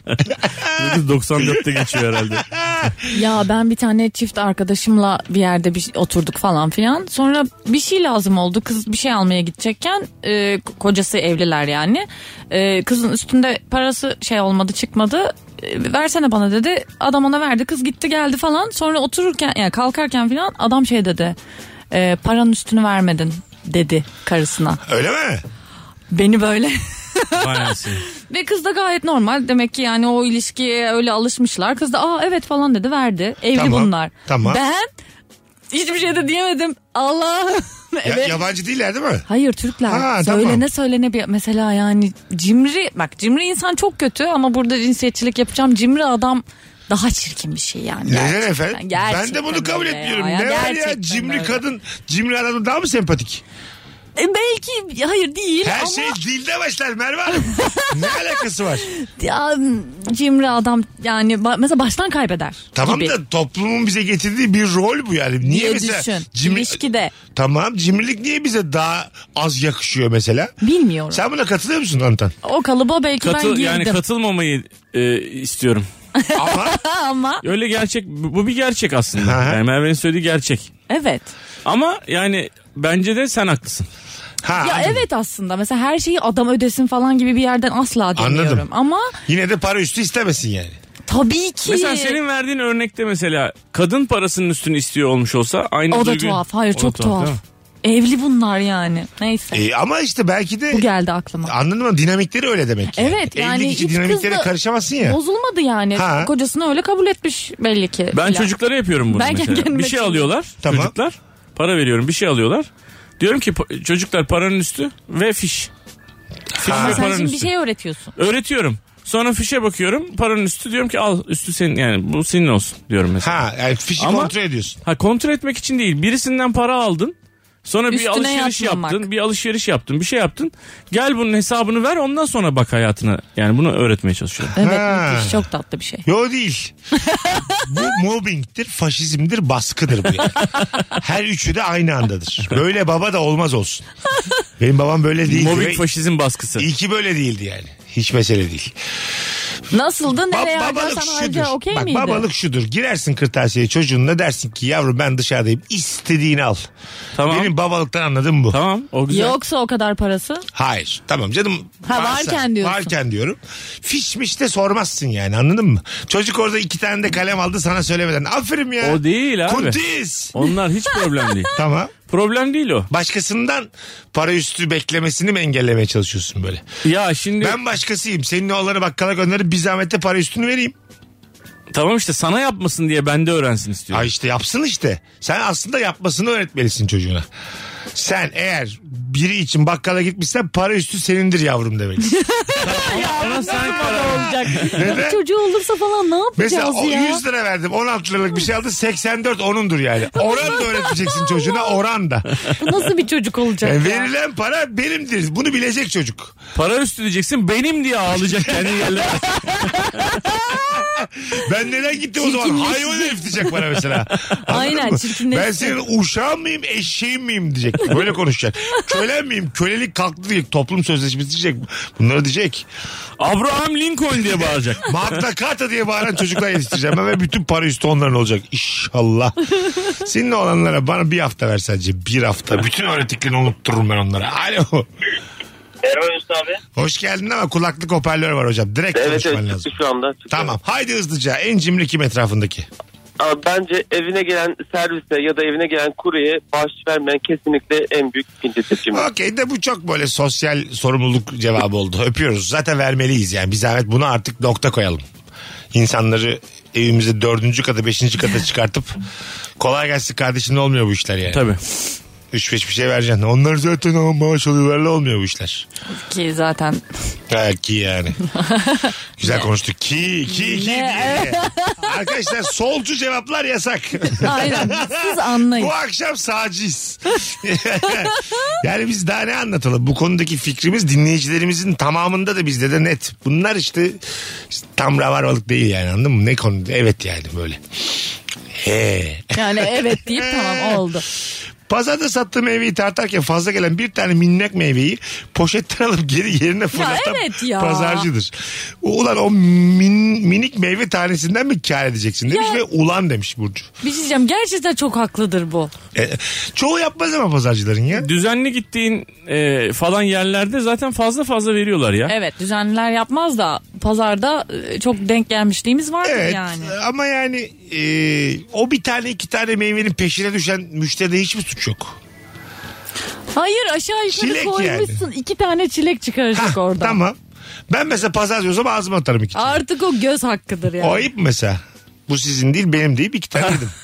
Speaker 5: 94'te geçiyor herhalde.
Speaker 4: Ya ben bir tane çift arkadaşımla bir yerde oturduk falan filan. Sonra bir şey lazım oldu. Kız bir şey almaya gidecekken kocası evliler yani. Kızın üstünde parası olmadı çıkmadı. Versene bana dedi. Adam ona verdi. Kız gitti geldi falan. Sonra otururken yani kalkarken filan adam dedi. Paranın üstünü vermedin dedi karısına.
Speaker 3: Öyle mi?
Speaker 4: Beni böyle...
Speaker 5: Bayansın.
Speaker 4: Ve kız da gayet normal. Demek ki yani o ilişkiye öyle alışmışlar. Kız da evet falan dedi verdi. Evli
Speaker 3: Tamam,
Speaker 4: bunlar.
Speaker 3: tamam.
Speaker 4: Ben hiçbir şey de diyemedim. Allah. Evet.
Speaker 3: Yabancı değiller değil mi?
Speaker 4: Hayır Türkler.
Speaker 3: Ha,
Speaker 4: söylene bir mesela yani cimri insan çok kötü ama burada cinsiyetçilik yapacağım. Cimri adam daha çirkin bir şey yani.
Speaker 3: Neden efendim?
Speaker 4: Gerçekten
Speaker 3: Ben de bunu kabul
Speaker 4: öyle
Speaker 3: etmiyorum.
Speaker 4: ya.
Speaker 3: Ne var ya
Speaker 4: Gerçekten
Speaker 3: cimri
Speaker 4: öyle.
Speaker 3: kadın cimri adamın daha mı sempatik?
Speaker 4: Belki hayır değil
Speaker 3: Her
Speaker 4: ama
Speaker 3: şey dilde başlar Merve Hanım. Ne alakası var?
Speaker 4: ya, cimri adam yani mesela baştan kaybeder
Speaker 3: Tamam
Speaker 4: gibi.
Speaker 3: da toplumun bize getirdiği bir rol bu yani. Niye
Speaker 4: Diye
Speaker 3: mesela
Speaker 4: düşün. İlişkide.
Speaker 3: Tamam cimrilik niye bize daha az yakışıyor mesela?
Speaker 4: Bilmiyorum.
Speaker 3: Sen buna katılıyor musun Antan?
Speaker 4: O kalıba belki ben girdim.
Speaker 5: Yani katılmamayı istiyorum.
Speaker 4: Ama
Speaker 5: Öyle gerçek, bu bir gerçek aslında.
Speaker 3: Hı hı.
Speaker 5: Yani Merve'nin söylediği gerçek.
Speaker 4: evet.
Speaker 5: Ama yani bence de sen haklısın.
Speaker 3: Ha,
Speaker 4: Ya
Speaker 3: anladım.
Speaker 4: evet aslında mesela her şeyi adam ödesin falan gibi bir yerden asla demiyorum.
Speaker 3: Anladım.
Speaker 4: Ama
Speaker 3: Yine de para üstü istemesin yani.
Speaker 4: tabii ki.
Speaker 5: Mesela senin verdiğin örnekte mesela kadın parasının üstünü istiyor olmuş olsa aynı
Speaker 4: O da
Speaker 5: duygu-
Speaker 4: tuhaf. Hayır
Speaker 5: O da
Speaker 4: çok tuhaf.
Speaker 5: değil mi?
Speaker 4: Evli bunlar yani. Neyse.
Speaker 3: Ama işte belki de
Speaker 4: Bu geldi aklıma.
Speaker 3: anladın mı? Dinamikleri öyle demek ki.
Speaker 4: Evet yani
Speaker 3: Evlilik içi
Speaker 4: hiç
Speaker 3: dinamiklere
Speaker 4: kız da
Speaker 3: karışamazsın ya.
Speaker 4: bozulmadı yani.
Speaker 3: Ha.
Speaker 4: Kocasını öyle kabul etmiş belli ki.
Speaker 5: Ben
Speaker 4: filan.
Speaker 5: çocuklara yapıyorum bunu
Speaker 4: Ben
Speaker 5: mesela.
Speaker 4: kendime
Speaker 5: Bir şey alıyorlar
Speaker 3: Tamam.
Speaker 5: çocuklar. Para veriyorum bir şey alıyorlar. Diyorum ki çocuklar paranın üstü ve fiş. Fiş
Speaker 4: Ama
Speaker 5: ve
Speaker 4: sen
Speaker 5: paranın
Speaker 4: şimdi bir
Speaker 5: üstü.
Speaker 4: şey öğretiyorsun.
Speaker 5: Öğretiyorum. Sonra fişe bakıyorum paranın üstü diyorum ki al üstü senin yani bu senin olsun diyorum mesela.
Speaker 3: Ha yani fişi
Speaker 5: Ama-
Speaker 3: kontrol ediyorsun.
Speaker 5: Ha kontrol etmek için değil birisinden para aldın. Sonra bir
Speaker 4: Üstüne
Speaker 5: alışveriş
Speaker 4: yatmamak.
Speaker 5: yaptın, bir alışveriş yaptın, bir şey yaptın. Gel bunun hesabını ver ondan sonra bak hayatına. Yani bunu öğretmeye çalışıyorum.
Speaker 4: Evet
Speaker 3: Ha.
Speaker 4: müthiş çok tatlı bir şey.
Speaker 3: Yo değil. Bu mobbingtir, faşizmdir, baskıdır bu yani. Her üçü de aynı andadır. Böyle baba da olmaz olsun. Benim babam böyle değildi.
Speaker 5: Mobbing
Speaker 3: ve
Speaker 5: faşizm baskısı.
Speaker 3: İyi ki böyle değildi yani. Hiç mesele değil.
Speaker 4: Nasıldı nereye
Speaker 3: Babalık
Speaker 4: harcarsan harca
Speaker 3: şudur.
Speaker 4: okey
Speaker 3: Bak
Speaker 4: miydi?
Speaker 3: babalık şudur. Girersin kırtasiyeye çocuğunla dersin ki yavrum ben dışarıdayım. İstediğini al.
Speaker 5: Tamam.
Speaker 3: Benim babalıktan anladığım bu.
Speaker 5: Tamam o güzel.
Speaker 4: Yoksa o kadar parası.
Speaker 3: Hayır. Tamam canım.
Speaker 4: Ha,
Speaker 3: varsa-
Speaker 4: varken diyorsun.
Speaker 3: Varken diyorum. Fişmiş de sormazsın yani anladın mı? Çocuk orada 2 tane de kalem aldı sana söylemeden. Aferin ya.
Speaker 5: O değil abi.
Speaker 3: Kuntiz.
Speaker 5: Onlar hiç problem değil.
Speaker 3: Tamam.
Speaker 5: Problem değil o.
Speaker 3: Başkasından para üstü beklemesini mi engellemeye çalışıyorsun böyle?
Speaker 5: Ya şimdi
Speaker 3: Ben başkasıyım. Senin oğlanı bakkala gönderip bir zahmette para üstünü vereyim.
Speaker 5: tamam işte sana yapmasın diye ben de öğrensin istiyorum.
Speaker 3: Ay işte yapsın işte. Sen aslında yapmasını öğretmelisin çocuğuna. Sen eğer biri için bakkala gitmişsen para üstü senindir yavrum demelisin.
Speaker 5: Ona sen karar ver.
Speaker 4: Olacak.
Speaker 3: Neden?
Speaker 4: Çocuğu olursa falan ne
Speaker 3: Mesela
Speaker 4: yapacağız
Speaker 3: o
Speaker 4: ya?
Speaker 3: 100 lira verdim 16 liralık bir şey aldı 84 onundur yani. Oran da öğreteceksin çocuğuna oran da.
Speaker 4: Bu nasıl bir çocuk olacak
Speaker 3: Yani
Speaker 4: ya?
Speaker 3: verilen para benimdir. Bunu bilecek çocuk.
Speaker 5: Para üstü diyeceksin benim diye ağlayacak kendi yerlere.
Speaker 3: Ben neden gittim o zaman?
Speaker 4: Çirkinleşecek.
Speaker 3: Hayvan herif diyecek bana mesela. Anladın
Speaker 4: Aynen,
Speaker 3: mı?
Speaker 4: çirkinleşecek.
Speaker 3: Ben senin uşağın mıyım eşeğin miyim diyecek. Böyle konuşacak. Kölen miyim? Kölelik kalktı diyecek. Toplum sözleşmesi diyecek. Bunları diyecek.
Speaker 5: Abraham Lincoln diye bağıracak.
Speaker 3: Magna Carta diye bağıran çocuklar yetiştireceğim. Ben ve bütün para üstü onların olacak. İnşallah. Senin olanlara bana bir hafta ver sadece. Bir hafta. Bütün öğrettiklerini unuttururum ben onlara. Alo.
Speaker 8: Merhaba Mesut abi.
Speaker 3: Hoş geldin ama kulaklık hoparlör var hocam. Direkt
Speaker 8: Evet
Speaker 3: konuşman
Speaker 8: evet
Speaker 3: lazım.
Speaker 8: çıktı şu anda. Çıktı.
Speaker 3: Tamam. Haydi hızlıca. En cimri kim etrafındaki?
Speaker 8: Ama bence evine gelen servise ya da evine gelen kuryeye bağış vermeyen kesinlikle en büyük ikinci seçim.
Speaker 3: Okey de bu çok böyle sosyal sorumluluk cevabı oldu. Öpüyoruz. Zaten vermeliyiz yani. Bir zahmet buna artık nokta koyalım. İnsanları evimize 4. kata 5. kata çıkartıp kolay gelsin kardeşim olmuyor bu işler yani.
Speaker 5: Tabii.
Speaker 3: 3-5 bir şey vereceksin. Onlar zaten maaş alıyorlarla olmuyor bu işler.
Speaker 4: Ki zaten.
Speaker 3: Ha, ki yani. Güzel konuştuk. Ki diye. Arkadaşlar solcu cevaplar yasak.
Speaker 4: Aynen. Siz anlayın.
Speaker 3: Bu akşam sağcıyız. Yani biz daha ne anlatalım? Bu konudaki fikrimiz dinleyicilerimizin tamamında da bizde de net. Bunlar işte tam ravarvalık değil yani, anladın mı? Ne konu? Evet yani böyle. He.
Speaker 4: Yani evet deyip tamam oldu.
Speaker 3: Pazarda sattığı meyveyi tartarken fazla gelen bir tane minnak meyveyi poşetten alıp geri yerine fırlatan
Speaker 4: evet ya.
Speaker 3: pazarcıdır. Ulan o minik meyve tanesinden mi kâr edeceksin demiş ve ulan demiş Burcu.
Speaker 4: Bir şey diyeceğim, gerçekten çok haklıdır bu.
Speaker 3: Çoğu yapmaz ama pazarcıların ya.
Speaker 5: Düzenli gittiğin falan yerlerde zaten fazla veriyorlar ya.
Speaker 4: Evet, düzenliler yapmaz da pazarda çok denk gelmişliğimiz vardır
Speaker 3: Evet
Speaker 4: yani.
Speaker 3: ama yani o bir tane iki tane meyvenin peşine düşen müşteride hiçbir suç yok.
Speaker 4: Hayır, aşağı yukarı
Speaker 3: Çilek
Speaker 4: koymuşsun. Yani. 2 tane çilek çıkaracak orada.
Speaker 3: Tamam. Ben mesela pazar diyorsam ağzıma atarım 2 çilek.
Speaker 4: Artık o göz hakkıdır yani.
Speaker 3: O ayıp mesela. Bu sizin değil benim deyip 2 tane yedim.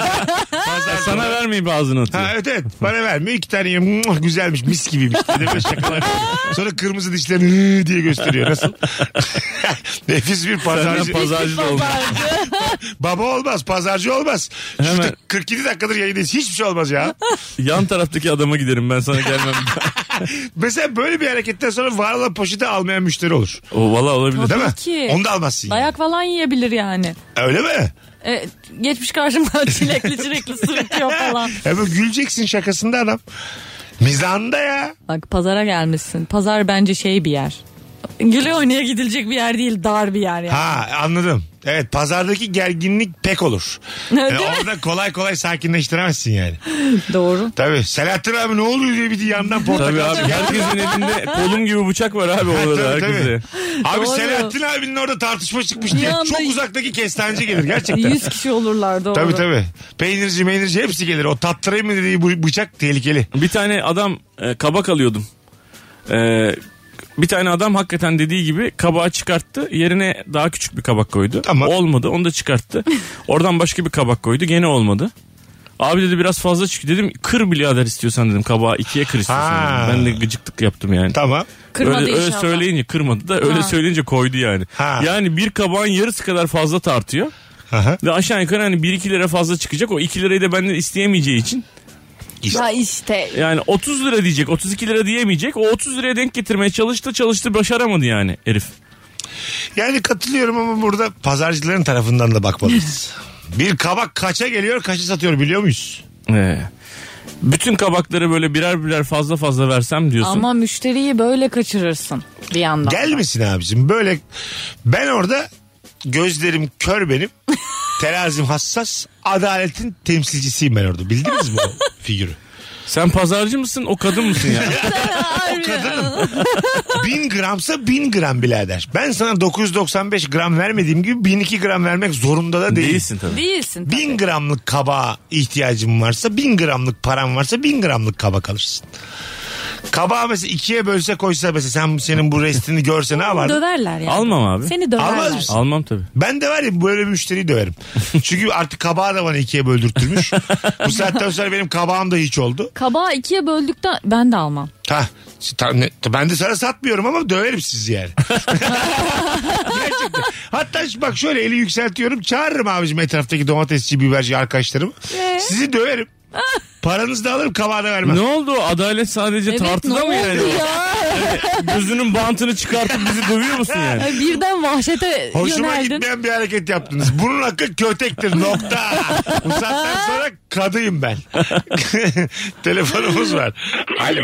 Speaker 5: Sana vermeyip ağzını atıyor.
Speaker 3: Ha, evet bana vermiyor, 2 tane yiyorum. Güzelmiş, mis gibiymiş. Böyle şakalar. Sonra kırmızı dişlerini diye gösteriyor. Nasıl? Nefis bir pazarcı.
Speaker 5: Senden pazarcı da olmaz.
Speaker 3: Baba olmaz, pazarcı olmaz.
Speaker 5: Hemen.
Speaker 3: Şurada 47 dakikadır yayındayız. Hiçbir şey olmaz ya.
Speaker 5: Yan taraftaki adama giderim, ben sana gelmem.
Speaker 3: Mesela böyle bir hareketten sonra var olan poşeti almayan müşteri olur.
Speaker 5: O valla olabilir.
Speaker 3: Değil mi?
Speaker 4: Ki.
Speaker 3: Onu da almazsın.
Speaker 4: Dayak falan yiyebilir yani.
Speaker 3: Öyle mi?
Speaker 4: Geçmiş karşımdan çilekli sırıtıyor falan.
Speaker 3: Hemen güleceksin şakasında adam. Mizahında ya.
Speaker 4: Bak, pazara gelmişsin. Pazar bence bir yer. Güle oynaya gidilecek bir yer değil, dar bir yer yani.
Speaker 3: Ha, anladım. Evet, pazardaki gerginlik pek olur. Orada kolay kolay sakinleştiremezsin yani.
Speaker 4: Doğru.
Speaker 3: Tabii. Selahattin abi ne oluyor diye bir yandan portakal.
Speaker 5: Tabii abi, herkesin elinde kolum gibi bıçak var abi orada herkese.
Speaker 3: Abi
Speaker 4: Doğru.
Speaker 3: Selahattin abinin orada tartışma çıkmış diye
Speaker 4: Yanında
Speaker 3: çok uzaktaki kestaneci gelir gerçekten.
Speaker 4: 100 kişi olurlar, doğru.
Speaker 3: Tabii. Peynirci hepsi gelir. O tattırayım mı dediği bu bıçak tehlikeli.
Speaker 5: Bir tane adam kabak alıyordum. Bir tane adam hakikaten dediği gibi kabağı çıkarttı. Yerine daha küçük bir kabak koydu.
Speaker 3: Tamam.
Speaker 5: Olmadı, onu da çıkarttı. Oradan başka bir kabak koydu. Gene olmadı. Abi dedi biraz fazla çıktı. Dedim kır birader istiyorsan dedim. Kabağı 2'ye kır istiyorsan dedim. Ben de gıcıklık yaptım yani.
Speaker 3: Tamam.
Speaker 4: Kırmadı
Speaker 5: öyle
Speaker 4: inşallah.
Speaker 5: söyleyince kırmadı da öyle söyleyince koydu yani.
Speaker 3: Ha.
Speaker 5: Yani bir kabağın yarısı kadar fazla tartıyor.
Speaker 3: Aha.
Speaker 5: Ve aşağı yukarı hani 1-2 lira fazla çıkacak. O 2 lirayı da benden isteyemeyeceği için.
Speaker 4: Ya işte.
Speaker 5: Yani 30 lira diyecek, 32 lira diyemeyecek. O 30 liraya denk getirmeye çalıştı başaramadı yani herif.
Speaker 3: Yani katılıyorum ama burada pazarcıların tarafından da bakmalıyız. Bir kabak kaça geliyor, kaça satıyor biliyor muyuz?
Speaker 5: Bütün kabakları böyle birer fazla versem diyorsun.
Speaker 4: Ama müşteriyi böyle kaçırırsın bir yandan.
Speaker 3: Gelmesin abicim böyle, ben orada gözlerim kör benim. Terazim hassas, adaletin temsilcisiyim ben orada. Bildiniz mi o figürü?
Speaker 5: Sen pazarcı mısın, o kadın mısın ya?
Speaker 3: O kadınım. 1000 gramsa 1000 gram birader. Ben sana 995 gram vermediğim gibi 1002 gram vermek zorunda da değilim.
Speaker 5: Değilsin tabii.
Speaker 4: Değilsin tabii.
Speaker 3: 1000 gramlık kabağa ihtiyacım varsa, 1000 gramlık param varsa 1000 gramlık kabak alırsın. Kabağı mesela 2'ye bölse koysa mesela senin bu restini görse ne yapardın?
Speaker 4: Döverler yani.
Speaker 5: Almam abi.
Speaker 4: Seni döverler.
Speaker 3: Almaz mısın?
Speaker 5: Almam tabii.
Speaker 3: Ben de var ya böyle bir müşteriyi döverim. Çünkü artık kabağı da bana 2'ye böldürtmüş. Bu saatten sonra benim kabağım da hiç oldu.
Speaker 4: Kabağı 2'ye böldükten ben de almam.
Speaker 3: Ben de sana satmıyorum ama döverim sizi yani. Gerçekten. Hatta bak şöyle eli yükseltiyorum. Çağırırım abicim etraftaki domatesçi, biberci arkadaşlarımı. Sizi döverim. Paranızı da alırım, kabağını vermem.
Speaker 5: Ne oldu? Adalet sadece
Speaker 4: Evet,
Speaker 5: tartıda
Speaker 4: ne
Speaker 5: mı yani?
Speaker 4: oldu ya?
Speaker 5: Gözünün bantını çıkartıp bizi dövüyor musun yani?
Speaker 4: Ay, birden vahşete
Speaker 3: Hoşuma
Speaker 4: yöneldin.
Speaker 3: gitmeyen bir hareket yaptınız. Bunun hakkı kötektir, nokta. Bu saatten sonra kadıyım ben. Telefonumuz var. Alo.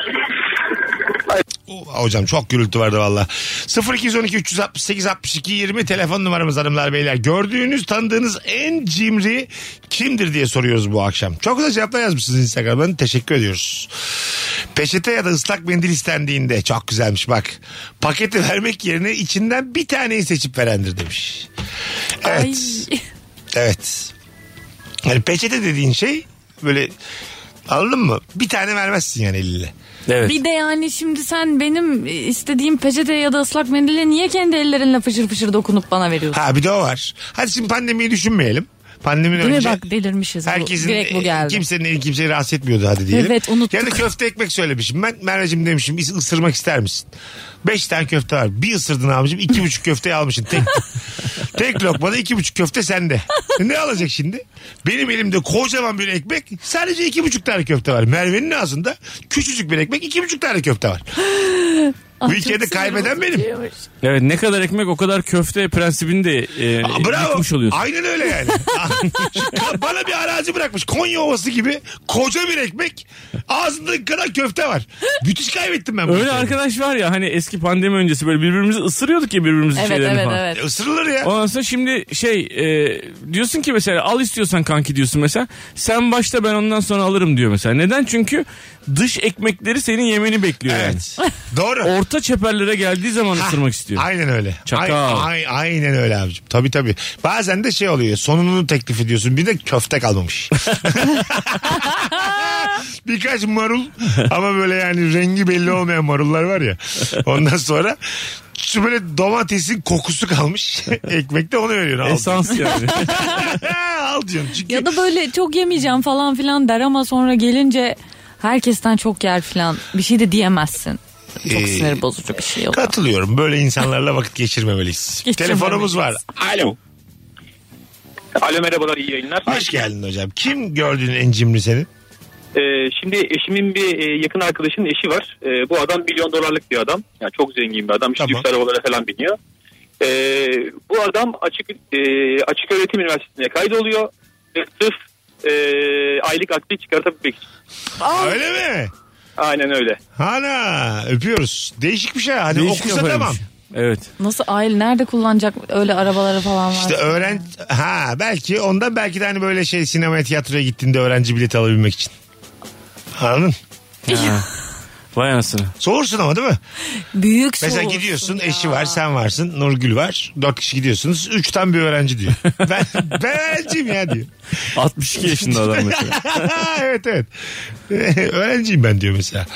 Speaker 3: Hocam çok gürültü vardı valla. 0212 368 62 20 telefon numaramız hanımlar beyler. Gördüğünüz, tanıdığınız en cimri kimdir diye soruyoruz bu akşam. Çok güzel cevaplar yazmışsınız Instagram'dan. Teşekkür ediyoruz. Peçete ya da ıslak mendil istendiğinde çok güzelmiş bak. Paketi vermek yerine içinden bir taneyi seçip verendir demiş. Evet.
Speaker 4: Ay.
Speaker 3: Evet. Yani peçete dediğin şey böyle, anladın mı? Bir tane vermezsin yani eline.
Speaker 5: Evet.
Speaker 4: Bir de yani şimdi sen benim istediğim peçete ya da ıslak mendile niye kendi ellerinle fışır fışır dokunup bana veriyorsun?
Speaker 3: Ha bir de o var. Hadi şimdi pandemiyi düşünmeyelim. Pandemiden
Speaker 4: Değil mi
Speaker 3: önce
Speaker 4: bak delirmişiz.
Speaker 3: herkesin,
Speaker 4: Direkt bu geldi.
Speaker 3: kimsenin eli kimseyi rahatsız etmiyordu hadi diyelim.
Speaker 4: Evet, unuttuk.
Speaker 3: Ya da köfte ekmek söylemişim ben. Merveciğim demişim ısırmak ister misin? 5 tane köfte var. Bir ısırdın abicim 2,5 köfteyi almışsın. Tek lokmada 2,5 köfte sende. Ne alacak şimdi? Benim elimde kocaman bir ekmek sadece 2,5 tane köfte var. Merve'nin ağzında küçücük bir ekmek 2,5 tane köfte var. Bu ülkede kaybeden benim.
Speaker 5: Evet, ne kadar ekmek o kadar köfte prensibini de yıkmış oluyorsun.
Speaker 3: Aynen öyle yani. Bana bir arazi bırakmış. Konya Ovası gibi koca bir ekmek. Ağzında kadar köfte var. Müthiş kaybettim ben.
Speaker 5: Öyle arkadaş var ya hani eski pandemi öncesi böyle birbirimizi ısırıyorduk ya birbirimizin şeylerini falan.
Speaker 4: Evet.
Speaker 3: Isırılır ya.
Speaker 5: Ondan sonra şimdi diyorsun ki mesela al istiyorsan kanki diyorsun mesela. Sen başta ben ondan sonra alırım diyor mesela. Neden? Çünkü dış ekmekleri senin yemeni bekliyor
Speaker 3: Evet.
Speaker 5: yani.
Speaker 3: Doğru.
Speaker 5: Orta çeperlere geldiği zaman ısırmak istiyor.
Speaker 3: Aynen öyle.
Speaker 5: Çakal.
Speaker 3: Aynen öyle abicim. Tabii. Bazen de şey oluyor. Sonunu teklif ediyorsun. Bir de köfte kalmamış. Birkaç marul ama böyle yani rengi belli olmayan marullar var ya. Ondan sonra şu böyle domatesin kokusu kalmış. Ekmekte onu veriyor.
Speaker 5: Esans yani.
Speaker 3: Al diyorsun. Çünkü...
Speaker 4: Ya da böyle çok yemeyeceğim falan filan der ama sonra gelince herkesten çok yer filan. Bir şey de diyemezsin. Çok sinir bozucu bir şey oluyor.
Speaker 3: Katılıyorum. Böyle insanlarla vakit geçirmemeliyiz. Telefonumuz var. Alo.
Speaker 9: Alo, merhabalar, iyi yayınlar.
Speaker 3: Hoş geldin hocam. Kim gördüğün en cimri senin?
Speaker 9: Şimdi eşimin bir yakın arkadaşının eşi var. Bu adam $1 milyon bir adam. Yani çok zengin bir adam. İşte
Speaker 3: Tamam.
Speaker 9: lüks arabalara falan biniyor. Bu adam açık öğretim üniversitesine kaydoluyor. Ve sırf aylık akbil çıkartabilmek için.
Speaker 3: Öyle mi?
Speaker 9: Aynen öyle.
Speaker 3: Ana öpüyoruz. Değişik bir şey. Hani
Speaker 5: Değişik
Speaker 3: okusa
Speaker 5: kafaymış.
Speaker 3: tamam.
Speaker 5: Evet.
Speaker 4: Nasıl aile nerede kullanacak öyle arabaları falan var?
Speaker 3: İşte belki ondan belki de hani böyle şey sinemaya tiyatroya gittiğinde öğrenci bileti alabilmek için. Anladın?
Speaker 5: Ha. Vay anasını.
Speaker 3: Soğursun ama değil mi?
Speaker 4: Büyük
Speaker 3: Mesela
Speaker 4: soğursun
Speaker 3: gidiyorsun
Speaker 4: ya.
Speaker 3: eşi var sen varsın Nurgül var 4 kişi gidiyorsunuz 3 tane bir öğrenci diyor. Ben öğrenciyim ya diyor.
Speaker 5: 62 yaşında adam mesela.
Speaker 3: evet. Öğrenciyim ben diyor mesela.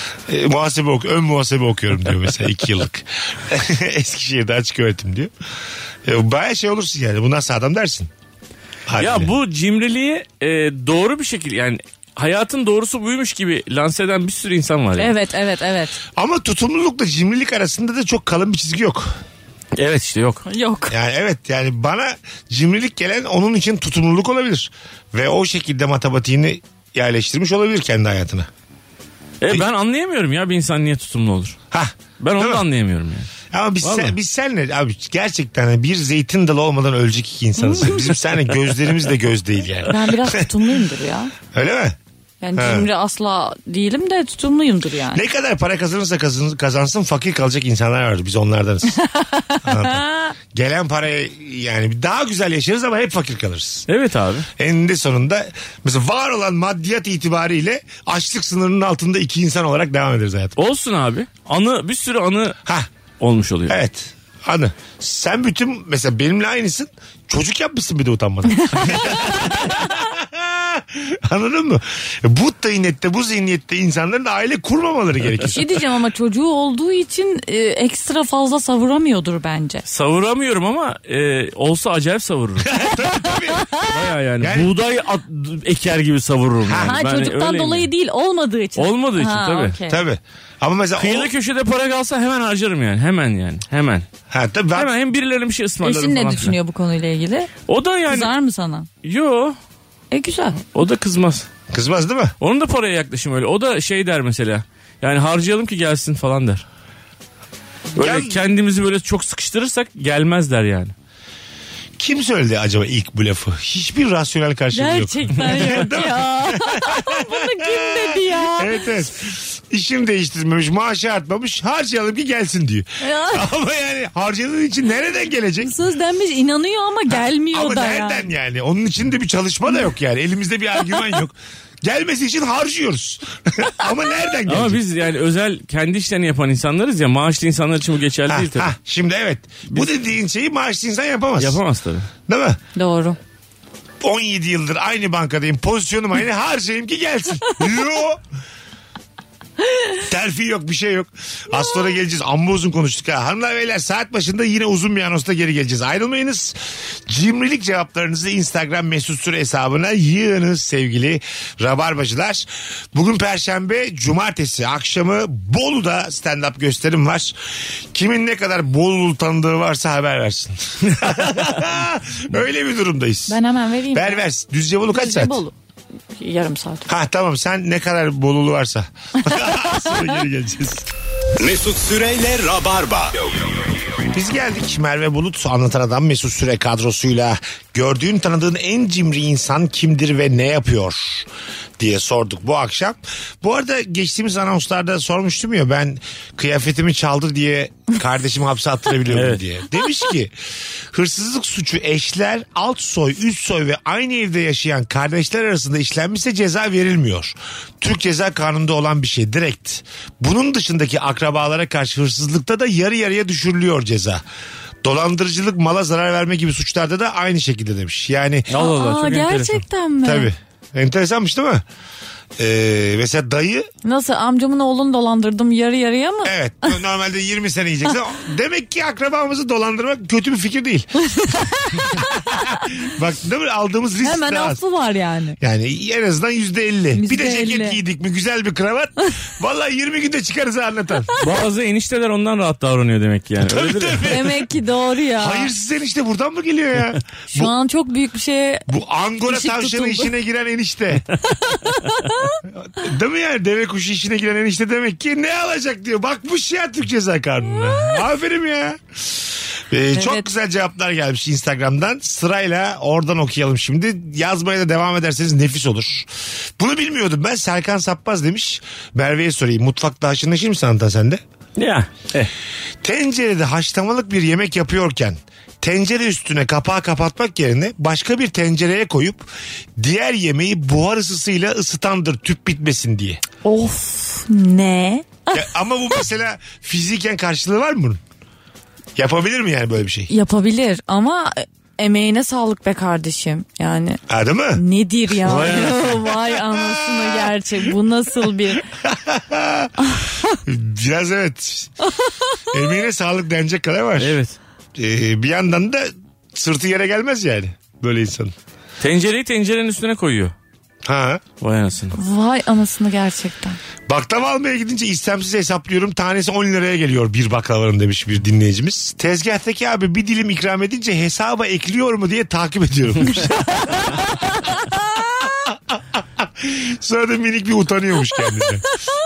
Speaker 3: Ön muhasebe okuyorum diyor mesela 2 yıllık. Eskişehir'de açık öğretim diyor. Baya şey olursun yani bu nasıl adam dersin. Haliyle.
Speaker 5: Ya bu cimriliği doğru bir şekilde yani hayatın doğrusu buymuş gibi lanse eden bir sürü insan var. Yani.
Speaker 4: Evet.
Speaker 3: Ama tutumlulukla cimrilik arasında da çok kalın bir çizgi yok.
Speaker 5: Evet işte yok.
Speaker 4: Yok.
Speaker 3: Yani evet yani bana cimrilik gelen onun için tutumluluk olabilir. Ve o şekilde matematiğini yerleştirmiş olabilir kendi hayatına.
Speaker 5: Ben anlayamıyorum ya bir insan niye tutumlu olur. Ben onu da anlayamıyorum yani.
Speaker 3: Ama biz senle abi gerçekten bir zeytin dalı olmadan ölecek iki insanız. Bizim seninle gözlerimiz de göz değil yani.
Speaker 4: Ben biraz tutumluyumdur ya.
Speaker 3: Öyle mi?
Speaker 4: Yani cimri asla değilim de tutumluyumdur yani.
Speaker 3: Ne kadar para kazanırsa kazansın fakir kalacak insanlar var. Biz onlardanız. Gelen paraya yani daha güzel yaşarız ama hep fakir kalırız.
Speaker 5: Evet abi.
Speaker 3: Eninde sonunda mesela var olan maddiyat itibariyle açlık sınırının altında iki insan olarak devam ederiz hayatım.
Speaker 5: Olsun abi. Bir sürü anı olmuş oluyor.
Speaker 3: Evet. Anı. Sen bütün mesela benimle aynısın. Çocuk yapmışsın bir de utanmadan. Anladın mı? Bu tıynette, bu zihniyette insanların aile kurmamaları gerekir.
Speaker 4: Bir şey diyeceğim ama çocuğu olduğu için ekstra fazla savuramıyordur bence.
Speaker 5: Savuramıyorum ama olsa acayip savururum.
Speaker 3: Tabii.
Speaker 5: Baya yani buğday eker gibi savururum. Yani.
Speaker 4: Çocuktan dolayı değil olmadığı için.
Speaker 5: Olmadığı için tabii.
Speaker 4: Okay.
Speaker 3: Tabii. Ama mesela
Speaker 5: kıyıda köşede para kalsa hemen harcarım yani. Hemen.
Speaker 3: Tabii
Speaker 5: hemen hem birilerine bir şey ısmarlarım
Speaker 4: Eşin
Speaker 5: falan.
Speaker 4: ne düşünüyor bu konuyla ilgili?
Speaker 5: O da yani.
Speaker 4: Kızar mı sana?
Speaker 5: Yo.
Speaker 4: Güzel.
Speaker 5: O da kızmaz.
Speaker 3: Kızmaz değil mi?
Speaker 5: Onun da paraya yaklaşım öyle. O da şey der mesela. Yani harcayalım ki gelsin falan der. Böyle kendimizi böyle çok sıkıştırırsak gelmez der yani.
Speaker 3: Kim söyledi acaba ilk bu lafı? Hiçbir rasyonel karşılığı yok.
Speaker 4: Gerçekten yok ya. Bunu kim dedi ya?
Speaker 3: Evet. İşini değiştirmemiş, maaşı artmamış, harcayalım ki gelsin diyor. Ama yani harcadığın için nereden gelecek?
Speaker 4: Söz denmiş inanıyor ama gelmiyor
Speaker 3: ama
Speaker 4: da
Speaker 3: nereden yani? Onun içinde bir çalışma da yok yani. Elimizde bir argüman yok. Gelmesi için harcıyoruz. Ama nereden gelecek?
Speaker 5: Ama biz yani özel kendi işlerini yapan insanlarız ya, maaşlı insanlar için bu geçerli değil tabii.
Speaker 3: Şimdi evet. Bu dediğin şeyi maaşlı insan yapamaz.
Speaker 5: Yapamaz tabii.
Speaker 3: Değil mi?
Speaker 4: Doğru.
Speaker 3: 17 yıldır aynı bankadayım. Pozisyonum aynı. Harcayayım ki gelsin. Yo. Terfi yok, bir şey yok. Az sonra geleceğiz. Amma uzun konuştuk ha. Hanımlar beyler, saat başında yine uzun bir anonsla geri geleceğiz. Ayrılmayınız. Cimrilik cevaplarınızı Instagram mesut süre hesabına yığınız sevgili Rabarbacılar. Bugün Perşembe, Cumartesi akşamı Bolu'da stand-up gösterim var. Kimin ne kadar Bolulu tanıdığı varsa haber versin. Öyle bir durumdayız.
Speaker 4: Ben hemen vereyim.
Speaker 3: Ver. Düzce Bolu kaç saat?
Speaker 4: Bolu. Yarım saat.
Speaker 3: Ha tamam, sen ne kadar Bolulu varsa. Sonra geri geleceğiz.
Speaker 2: Mesut Süreyle Rabarba.
Speaker 3: Biz geldik. Merve Bulut Anlatan Adam Mesut Süre kadrosuyla gördüğün tanıdığın en cimri insan kimdir ve ne yapıyor diye sorduk bu akşam. Bu arada geçtiğimiz anonslarda sormuştum ya, ben kıyafetimi çaldı diye kardeşimi hapse attırabiliyorum
Speaker 5: Evet.
Speaker 3: diye. Demiş ki hırsızlık suçu eşler, alt soy, üst soy ve aynı evde yaşayan kardeşler arasında işlenmişse ceza verilmiyor. Türk Ceza Kanunu'nda olan bir şey direkt. Bunun dışındaki akrabalara karşı hırsızlıkta da yarı yarıya düşürülüyor ceza. Dolandırıcılık, mala zarar verme gibi suçlarda da aynı şekilde demiş. Yani
Speaker 5: Allah Allah, çok enteresan.
Speaker 4: Gerçekten mi?
Speaker 3: tabii. Enteresanmış değil mi? Mesela dayı,
Speaker 4: Nasıl, amcamın oğlunu dolandırdım yarı yarıya mı?
Speaker 3: evet, normalde 20 sene yiyeceksin. Demek ki akrabamızı dolandırmak kötü bir fikir değil. Bak değil mi, aldığımız risk
Speaker 4: Hemen
Speaker 3: de az.
Speaker 4: affı var yani.
Speaker 3: Yani en azından %50. Bir de ceket
Speaker 4: %50.
Speaker 3: giydik mi, güzel bir kravat. Vallahi 20 günde çıkarız anlatan.
Speaker 5: Bazı enişteler ondan rahat davranıyor demek ki yani. Öyledir ya.
Speaker 4: Demek ki doğru ya.
Speaker 3: Hayırsız enişte buradan mı geliyor ya?
Speaker 4: Şu an çok büyük bir şeye
Speaker 3: Bu Angora
Speaker 4: Işık
Speaker 3: tavşanı
Speaker 4: tutuldu.
Speaker 3: işine giren enişte. Değil mi yani? Deve kuşu işine giren enişte demek ki ne alacak diyor. Bakmış ya Türk Ceza Kanunu'na. Aferin ya. Çok
Speaker 4: Evet.
Speaker 3: güzel cevaplar gelmiş Instagram'dan. Sırayla oradan okuyalım şimdi. Yazmaya da devam ederseniz nefis olur. Bunu bilmiyordum ben. Serkan Sappaz demiş. Merve'ye sorayım. Mutfakta haşır neşir misin Antan sende?
Speaker 5: Ya.
Speaker 3: Tencerede haşlamalık bir yemek yapıyorken tencere üstüne kapağı kapatmak yerine başka bir tencereye koyup diğer yemeği buhar ısısıyla ısıtandır tüp bitmesin diye.
Speaker 4: of ne?
Speaker 3: Ya, ama bu mesela fiziken karşılığı var mı bunun? Yapabilir mi yani böyle bir şey?
Speaker 4: Yapabilir ama emeğine sağlık be kardeşim. Yani
Speaker 3: Ha, değil mi?
Speaker 4: nedir ya? Vay anasını gerçek. Bu nasıl bir...
Speaker 3: Biraz evet. Emeğine sağlık denecek kadar var.
Speaker 5: Evet.
Speaker 3: Bir yandan da sırtı yere gelmez yani böyle insanın.
Speaker 5: Tencereyi tencerenin üstüne koyuyor.
Speaker 3: Ha.
Speaker 5: Vay anasını.
Speaker 4: Vay anasını gerçekten.
Speaker 3: Baklava almaya gidince istemsiz hesaplıyorum. Tanesi 10 liraya geliyor bir baklavanın demiş bir dinleyicimiz. Tezgahtaki abi bir dilim ikram edince hesaba ekliyor mu diye takip ediyorum demiş. Sonra da minik bir utanıyormuş kendinden.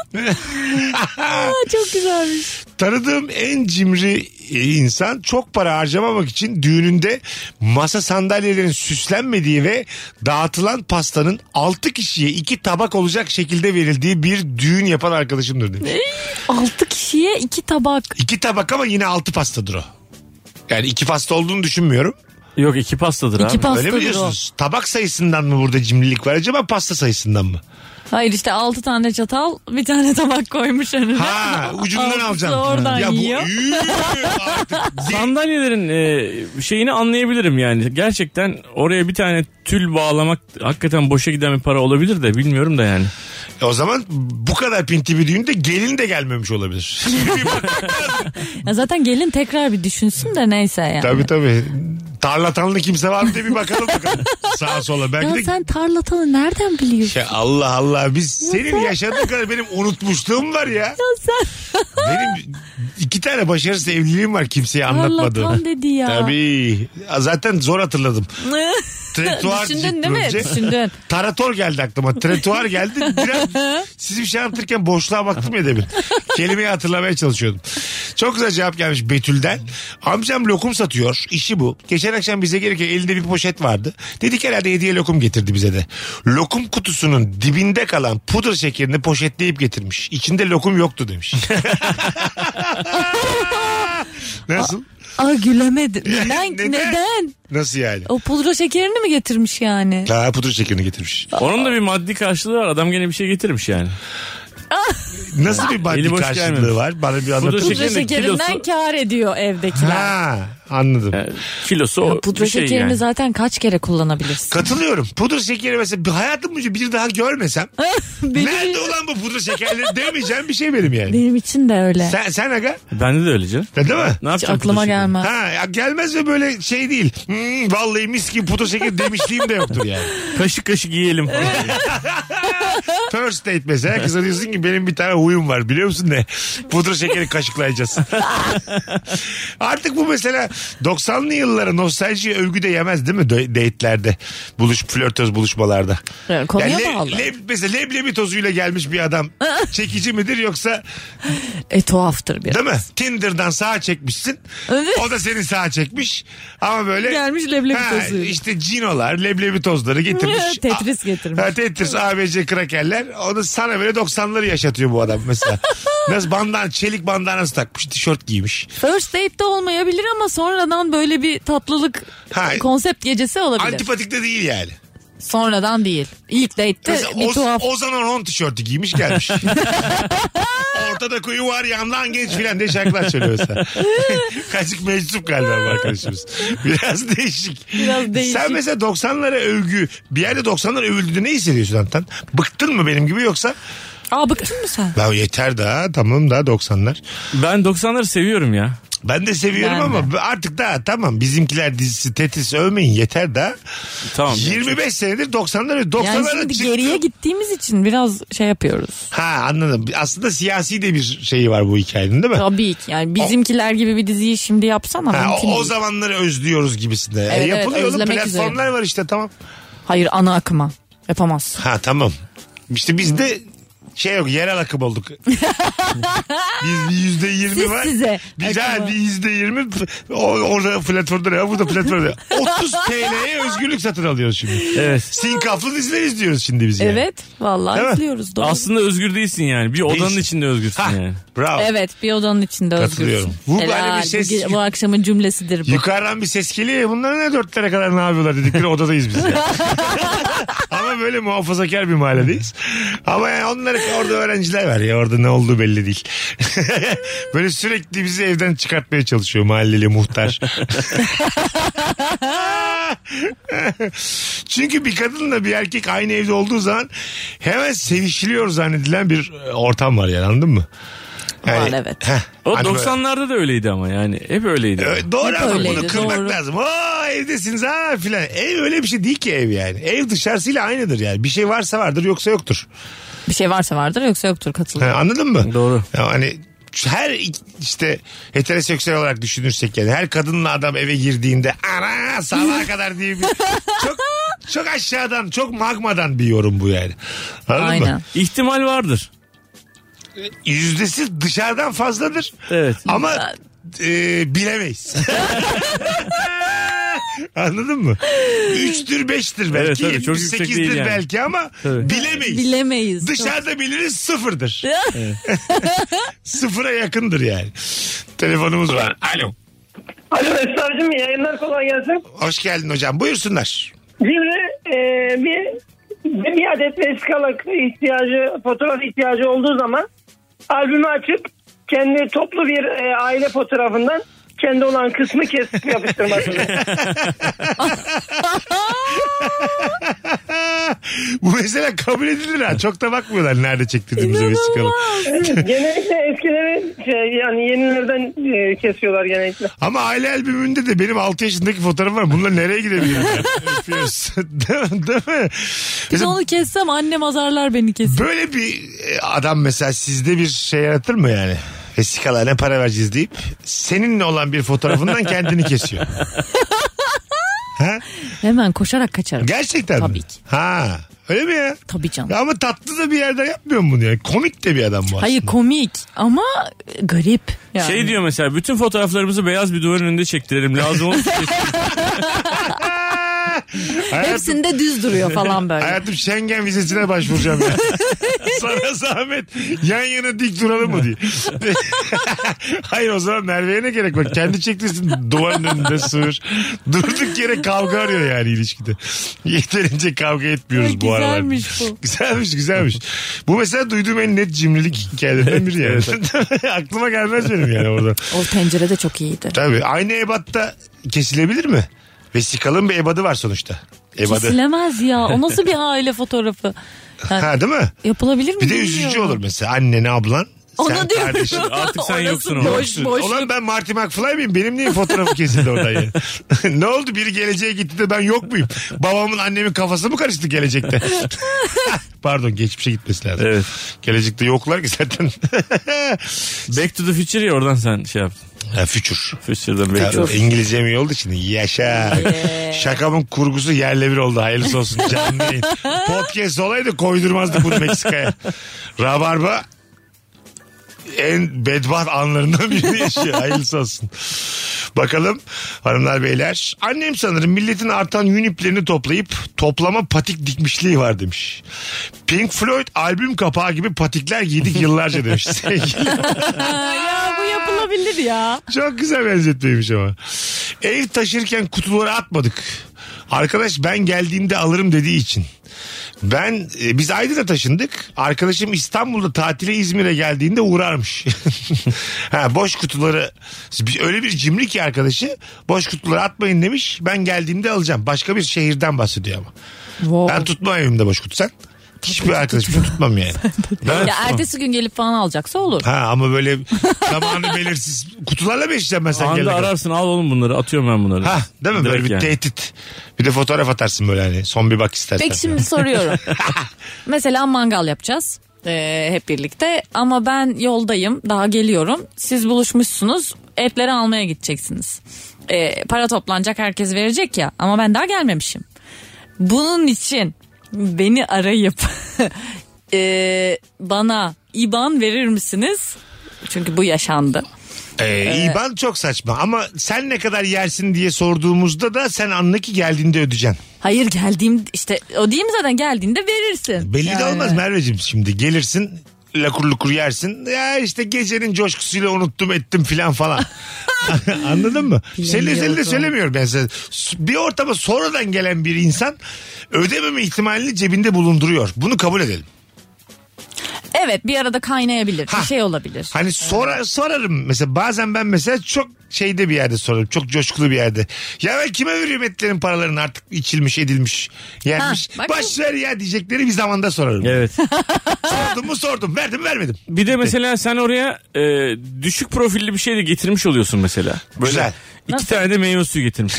Speaker 4: Çok güzelmiş.
Speaker 3: Tanıdığım en cimri insan çok para harcamamak için düğününde masa sandalyelerin süslenmediği ve dağıtılan pastanın 6 kişiye 2 tabak olacak şekilde verildiği bir düğün yapan arkadaşımdır demiş.
Speaker 4: 6 kişiye 2 tabak.
Speaker 3: 2 tabak ama yine 6 pastadır o. Yani 2 pasta olduğunu düşünmüyorum.
Speaker 5: Yok, 2 pastadır abi.
Speaker 4: 2 pastadır
Speaker 3: Öyle mi
Speaker 4: o.
Speaker 3: diyorsunuz? Tabak sayısından mı burada cimrilik var acaba, pasta sayısından mı?
Speaker 4: Hayır işte 6 tane çatal bir tane tabak koymuş önüne.
Speaker 3: Ha, ucundan
Speaker 4: Altısı
Speaker 3: alacaksın.
Speaker 4: oradan
Speaker 3: ya
Speaker 4: yiyor.
Speaker 3: artık
Speaker 5: Sandalyelerin şeyini anlayabilirim yani. Gerçekten oraya bir tane tül bağlamak hakikaten boşa giden bir para olabilir de bilmiyorum da yani.
Speaker 3: O zaman bu kadar pinti bir düğünde gelin de gelmemiş olabilir.
Speaker 4: Ya zaten gelin tekrar bir düşünsün de neyse yani.
Speaker 3: Tabii. Tarlatanlı kimse var mı diye bir bakalım. Sağa sola. Belki
Speaker 4: Ya
Speaker 3: de
Speaker 4: sen tarlatanı nereden biliyorsun?
Speaker 3: Allah Allah, biz senin yaşadığın kadar benim unutmuşluğum var ya.
Speaker 4: Ya sen
Speaker 3: Benim 2 tane başarısız evliliğim var kimseye anlatmadığım.
Speaker 4: tarlatan dedi ya.
Speaker 3: Tabii. Zaten zor hatırladım. Tretuar
Speaker 4: Düşündün değil mi?
Speaker 3: önce.
Speaker 4: Düşündün.
Speaker 3: Tarator geldi aklıma. Tretuar geldi. Biraz siz bir şey anlatırken boşluğa baktım ya demin. Kelimeyi hatırlamaya çalışıyordum. Çok güzel cevap gelmiş Betül'den. Amcam lokum satıyor. İşi bu. Geçen akşam bize gelirken elinde bir poşet vardı. Dedik herhalde hediye lokum getirdi bize de. Lokum kutusunun dibinde kalan pudra şekerini poşetleyip getirmiş. İçinde lokum yoktu demiş. Nasıl?
Speaker 4: Aa gülemedim. Neden?
Speaker 3: Nasıl yani?
Speaker 4: O pudra şekerini mi getirmiş yani?
Speaker 3: Ha, pudra şekerini getirmiş.
Speaker 5: Onun da bir maddi karşılığı var. Adam gene bir şey getirmiş yani.
Speaker 3: nasıl bir maddi
Speaker 5: Eli boş
Speaker 3: karşılığı
Speaker 5: gelmemiş.
Speaker 3: var? Bana bir anlatır
Speaker 5: Pudra
Speaker 3: mısın?
Speaker 4: Pudra şekerinden kar ediyor evdekiler.
Speaker 3: Ha, anladım.
Speaker 5: Kilosu o
Speaker 4: Pudra
Speaker 5: bir şey
Speaker 4: şekerini
Speaker 5: yani.
Speaker 4: zaten kaç kere kullanabilirsin?
Speaker 3: Katılıyorum. Pudra şekeri mesela hayatım boyunca bir daha görmesem
Speaker 4: Benim,
Speaker 3: nerede olan bu pudra şekerleri demeyeceğim bir şey benim yani.
Speaker 4: benim için de öyle.
Speaker 3: Sen aga?
Speaker 5: Bende de öyle canım.
Speaker 3: Değil mi?
Speaker 5: Ne
Speaker 4: Hiç
Speaker 5: yapacağım?
Speaker 4: aklıma
Speaker 5: pudra şekeri?
Speaker 4: gelmez.
Speaker 3: Ha ya gelmez ve böyle şey değil. Vallahi mis gibi pudra şekeri demişliğim de yoktur yani.
Speaker 5: Kaşık kaşık yiyelim.
Speaker 3: First date mesela kıza diyorsun ki benim bir tane huyum var biliyor musun ne? Pudra şekeri kaşıklayacağız. Artık bu mesela 90'lı yıllara nostalji övgü de yemez değil mi date'lerde? Flörtöz buluşmalarda.
Speaker 4: Evet, konuya
Speaker 3: Yani
Speaker 4: bağlı.
Speaker 3: mesela leblebi tozuyla gelmiş bir adam çekici midir yoksa
Speaker 4: Tuhaftır biraz.
Speaker 3: değil mi? Tinder'dan sağa çekmişsin. O da seni sağa çekmiş. Ama böyle
Speaker 4: Gelmiş leblebi tozuyla.
Speaker 3: İşte cinolar, leblebi tozları getirmiş.
Speaker 4: Tetris getirmiş.
Speaker 3: Ha, Tetris, ABC krakerler. O da sana böyle 90'ları yaşatıyor bu adam mesela. Nasıl çelik bandanası takmış, tişört giymiş.
Speaker 4: First date'de olmayabilir ama sonradan böyle bir tatlılık konsept gecesi olabilir.
Speaker 3: Antipatik de değil yani.
Speaker 4: Sonradan değil. İlk date'te
Speaker 3: Mesela
Speaker 4: bir tuhaf.
Speaker 3: Ozan Orhon tişörtü giymiş gelmiş. Ortada kuyu var yandan genç filan diye şarkılar söylüyor mesela. Kaçık meczup galiba bu arkadaşımız. Biraz değişik.
Speaker 4: Biraz değişik.
Speaker 3: Sen mesela 90'lara övgü bir yerde 90'lar övüldüğünde ne hissediyorsun Antan? Bıktın mı benim gibi yoksa?
Speaker 4: Bıktın mı sen?
Speaker 3: Ya yeter daha tamam daha 90'lar.
Speaker 5: Ben 90'ları seviyorum ya.
Speaker 3: Ben de seviyorum ama artık daha tamam bizimkiler dizisi Tetris övmeyin yeter daha.
Speaker 5: Tamam.
Speaker 3: 25 senedir 90'lar
Speaker 4: Yani şimdi geriye gittiğimiz için biraz şey yapıyoruz.
Speaker 3: Ha anladım. Aslında siyasi de bir şeyi var bu hikayenin değil mi?
Speaker 4: Tabii ki. Yani bizimkiler gibi bir diziyi şimdi yapsana.
Speaker 3: O zamanları özlüyoruz gibisinde.
Speaker 4: Evet,
Speaker 3: yapılıyor oğlum
Speaker 4: özlemek
Speaker 3: platformlar
Speaker 4: üzere.
Speaker 3: var işte tamam.
Speaker 4: Hayır ana akıma. Yapamaz.
Speaker 3: Ha tamam. İşte bizde şey yok yerel akım olduk. Biz bir %20 var.
Speaker 4: Size.
Speaker 3: Bir %20 orada platformda ne var burada platformda. 30 TL'ye özgürlük satın alıyoruz şimdi.
Speaker 5: Evet.
Speaker 3: Sinkaflı diziler izliyoruz şimdi biz yani.
Speaker 4: Evet. Vallahi
Speaker 3: Değil mi?
Speaker 4: izliyoruz. Doğru.
Speaker 5: Aslında özgür değilsin yani. Bir odanın
Speaker 3: Değilsin.
Speaker 5: içinde özgürsün
Speaker 3: Ha,
Speaker 5: yani.
Speaker 3: bravo.
Speaker 4: Evet bir odanın içinde
Speaker 3: Katılıyorum.
Speaker 4: özgürsün.
Speaker 3: Bu böyle
Speaker 4: Helal,
Speaker 3: bir ses-
Speaker 4: bu akşamın cümlesidir bu.
Speaker 3: Yukarıdan bir ses geliyor. Bunlar ne 4'lere kadar ne yapıyorlar dedikleri odadayız biz. Yani. Ama böyle muhafazakar bir mahalledeyiz. Ama yani onları orada öğrenciler var ya orada ne olduğu belli değil. Böyle sürekli bizi evden çıkartmaya çalışıyor mahalleli muhtar. Çünkü bir kadınla bir erkek aynı evde olduğu zaman hemen sevişiliyor zannedilen bir ortam var yani anladın mı?
Speaker 4: Var evet.
Speaker 5: O
Speaker 3: Hani
Speaker 5: 90'larda da öyleydi ama yani hep öyleydi.
Speaker 3: Doğru
Speaker 4: Hep
Speaker 3: ama bunu
Speaker 4: öyleydi,
Speaker 3: kırmak
Speaker 4: doğru.
Speaker 3: lazım. Evdesiniz ha filan. Ev öyle bir şey değil ki ev yani. Ev dışarısıyla aynıdır yani. Bir şey varsa vardır yoksa yoktur.
Speaker 4: Bir şey varsa vardır yoksa yoktur katılıyorum.
Speaker 3: Anladın mı?
Speaker 5: Doğru.
Speaker 3: Ya hani her işte heteroseksüel olarak düşünürsek yani her kadınla adam eve girdiğinde ana sabaha kadar diye bir çok aşağıdan çok magmadan bir yorum bu yani. Anladın
Speaker 4: Aynen.
Speaker 3: mı?
Speaker 5: İhtimal vardır.
Speaker 3: Yüzdesi dışarıdan fazladır.
Speaker 5: Evet.
Speaker 3: Ama bilemeyiz. Anladın mı? 3'tür 5'tir belki.
Speaker 5: Evet, tabii, çok yüksek
Speaker 3: 8'dir
Speaker 5: değil yani.
Speaker 3: belki ama
Speaker 5: Tabii.
Speaker 3: bilemeyiz.
Speaker 4: Bilemeyiz.
Speaker 3: Dışarıda biliriz 0'dır. Sıfıra yakındır yani. Telefonumuz var. Alo.
Speaker 10: Alo Esra'cığım yayınlar kolay gelsin.
Speaker 3: Hoş geldin hocam. Buyursunlar.
Speaker 10: Cimri bir adet vesikalık ihtiyacı, fotoğraf ihtiyacı olduğu zaman albümü açıp kendi toplu bir aile fotoğrafından kendi olan kısmı kesip yapıştırmak.
Speaker 3: Bu mesela kabul edilir ha. Çok da bakmıyorlar nerede çektirdiğimize vesikalı.
Speaker 10: Genellikle eskileri yani yenilerden kesiyorlar genellikle.
Speaker 3: Ama aile albümünde de benim 6 yaşındaki fotoğrafım var. Bunlar nereye gidebilir? Öpüyoruz. Değil mi?
Speaker 4: Biz
Speaker 3: Mesela
Speaker 4: onu kessem annem azarlar beni kesin.
Speaker 3: böyle bir adam mesela sizde bir şey yaratır mı yani? Vesikalığa ne para vereceğiz deyip seninle olan bir fotoğrafından kendini kesiyor. Ha?
Speaker 4: Hemen koşarak kaçarım.
Speaker 3: Gerçekten mi?
Speaker 4: Tabii ki.
Speaker 3: Ha. Öyle mi ya?
Speaker 4: Tabii canım.
Speaker 3: Ya ama tatlı da bir yerden yapmıyor mu bunu yani? Komik de bir adam bu
Speaker 4: Hayır
Speaker 3: aslında.
Speaker 4: komik ama garip. Yani.
Speaker 5: Şey diyor mesela bütün fotoğraflarımızı beyaz bir duvarın önünde çektirelim. Lazım olursa
Speaker 4: Hepsinde düz duruyor falan böyle.
Speaker 3: Hayatım Schengen vizesine başvuracağım ya. Sana zahmet yan yana dik duralım mı diye. Hayır o zaman Merve'ye ne gerek var? Kendi çektirsin duvarın önünde sığır. Durduk yere kavga arıyor yani ilişkide. Yeterince kavga etmiyoruz bu aralar.
Speaker 4: Güzelmiş bu.
Speaker 3: Güzelmiş. Bu mesela duyduğum en net cimrilik hikayelerinden biri yani. Aklıma gelmez benim yani oradan.
Speaker 4: O tencere de çok iyiydi.
Speaker 3: Tabii. Aynı ebatta kesilebilir mi? Vesikalın bir ebadı var sonuçta. Ebadı.
Speaker 4: Kesilemez ya. O nasıl bir aile fotoğrafı? Yani
Speaker 3: Ha değil mi?
Speaker 4: yapılabilir mi?
Speaker 3: Bir de üzücü olur mesela annen ablan.
Speaker 4: Ona
Speaker 3: sen
Speaker 4: diyorum.
Speaker 3: kardeşin.
Speaker 5: Artık sen
Speaker 4: Orası
Speaker 5: yoksun orada.
Speaker 4: boş, boşluk.
Speaker 3: Ulan ben Marty McFly miyim? Benim niye fotoğrafı kesildi oradan ya? Ne oldu? Biri geleceğe gitti de ben yok muyum? Babamın annemin kafası mı karıştı gelecekte? Pardon geçmişe gitmesi lazım.
Speaker 5: Evet.
Speaker 3: Gelecekte yoklar ki zaten.
Speaker 5: Back to the Future ya oradan sen şey yaptın.
Speaker 3: Future.
Speaker 5: Future'dan Back to the Future.
Speaker 3: İngilizcem iyi oldu şimdi. Yaşa. Şakamın kurgusu yerle bir oldu. Hayırlısı olsun. Canlı yayın. Podcast olaydı koydurmazdık bunu Meksika'ya. Rabarba en bedbaht anlarından birini yaşıyor. Hayırlısı olsun. Bakalım hanımlar beyler. Annem sanırım milletin artan yün iplerini toplayıp toplama patik dikmişliği var demiş. Pink Floyd albüm kapağı gibi patikler giydik yıllarca demiş.
Speaker 4: Ya bu yapılabilir ya.
Speaker 3: Çok güzel benzetmeymiş ama. Ev taşırken kutuları atmadık. Arkadaş ben geldiğimde alırım dediği için. Biz Aydın'a taşındık. Arkadaşım İstanbul'da tatile İzmir'e geldiğinde uğrarmış. Boş kutuları öyle bir cimri ki arkadaşı boş kutuları atmayın demiş. Ben geldiğimde alacağım. Başka bir şehirden bahsediyor ama.
Speaker 4: Wow.
Speaker 3: Ben tutmam evimde boş kutu sen. Hiçbir arkadaşımı tutmam yani.
Speaker 4: Ya ertesi gün gelip falan alacaksa olur.
Speaker 3: Ama böyle zamanı belirsiz kutularla beşeceğim ben sen
Speaker 5: Anda
Speaker 3: gelene kadar.
Speaker 5: ararsın al oğlum bunları atıyorum ben bunları.
Speaker 3: Değil mi?
Speaker 5: Direkt
Speaker 3: Böyle bir
Speaker 5: yani.
Speaker 3: tehdit. Bir de fotoğraf atarsın böyle hani son bir bak istersen.
Speaker 4: Peki şimdi soruyorum. Mesela mangal yapacağız hep birlikte ama ben yoldayım daha geliyorum. Siz buluşmuşsunuz etleri almaya gideceksiniz. Para toplanacak herkes verecek ya ama ben daha gelmemişim. Bunun için beni arayıp bana IBAN verir misiniz? Çünkü bu yaşandı.
Speaker 3: İban çok saçma ama sen ne kadar yersin diye sorduğumuzda da sen anla ki geldiğinde ödeyeceksin.
Speaker 4: Hayır geldiğim işte o değil mi zaten geldiğinde verirsin.
Speaker 3: Belli de olmaz Merveciğim şimdi gelirsin lakur lukur yersin ya işte gecenin coşkusuyla unuttum ettim filan falan. Anladın mı? Seni de söylemiyorum ben size. Bir ortama sonradan gelen bir insan ödememe ihtimalini cebinde bulunduruyor. Bunu kabul edelim.
Speaker 4: Evet bir arada kaynayabilir. Bir şey olabilir.
Speaker 3: Hani sorarım mesela bazen ben mesela çok şeyde bir yerde sorarım. Çok coşkulu bir yerde. Ya ben kime veriyorum etlerin paralarını artık içilmiş edilmiş yenmiş. Boş ver ya diyecekleri bir zamanda sorarım.
Speaker 5: Evet.
Speaker 3: Sordum verdim vermedim.
Speaker 5: Bir de mesela sen oraya düşük profilli bir şey de getirmiş oluyorsun mesela. Böyle
Speaker 3: Güzel.
Speaker 5: İki tane de meyve suyu getirmiş.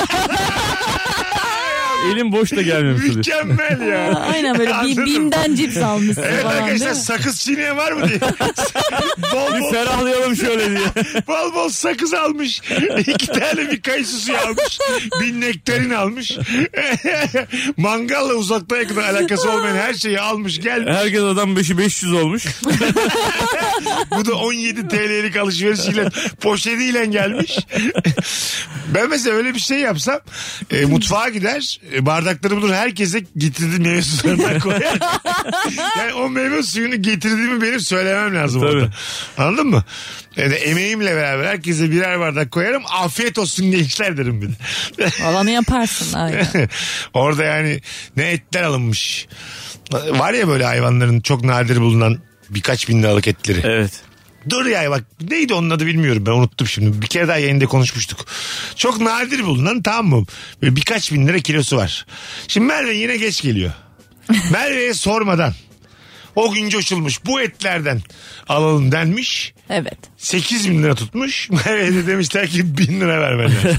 Speaker 5: Elin boş da gelmemiş oluyor.
Speaker 3: Mükemmel ya.
Speaker 4: Aynen böyle bir BİM'den cips almışsın
Speaker 3: Evet
Speaker 4: falan
Speaker 3: arkadaşlar
Speaker 4: değil mi?
Speaker 3: sakız çiğneyen var mı diye.
Speaker 5: Bir ferahlayalım şöyle diye.
Speaker 3: Bol bol sakız almış. 2 tane bir kayısı suyu almış. 1 nektarin almış. Mangalla uzaktan yakından alakası olmayan her şeyi almış gelmiş.
Speaker 5: Herkes adam 5'i 500 olmuş.
Speaker 3: Bu da 17 TL'lik alışverişiyle poşetiyle gelmiş. Ben mesela öyle bir şey yapsam mutfağa gider bardakları bulur herkese getirdiğim meyve sularından koyar. Yani o meyve suyunu getirdiğimi benim söylemem lazım
Speaker 5: Tabii.
Speaker 3: orada. Anladın mı? Yani emeğimle beraber herkese birer bardak koyarım. Afiyet olsun gençler derim bir de.
Speaker 4: Olanı yaparsın. Aynen.
Speaker 3: Orada yani ne etler alınmış. Var ya böyle hayvanların çok nadir bulunan birkaç bin liralık etleri.
Speaker 5: Evet.
Speaker 3: Dur ya bak neydi onun adı bilmiyorum ben unuttum şimdi. Bir kere daha yayında konuşmuştuk. Çok nadir bulunan tamam mı? Böyle birkaç bin lira kilosu var. Şimdi Merve yine geç geliyor. Merve'ye sormadan o gün coşulmuş bu etlerden alalım denmiş.
Speaker 4: Evet.
Speaker 3: 8 bin lira tutmuş. Merve'ye de demişler ki 1000 lira vermediler.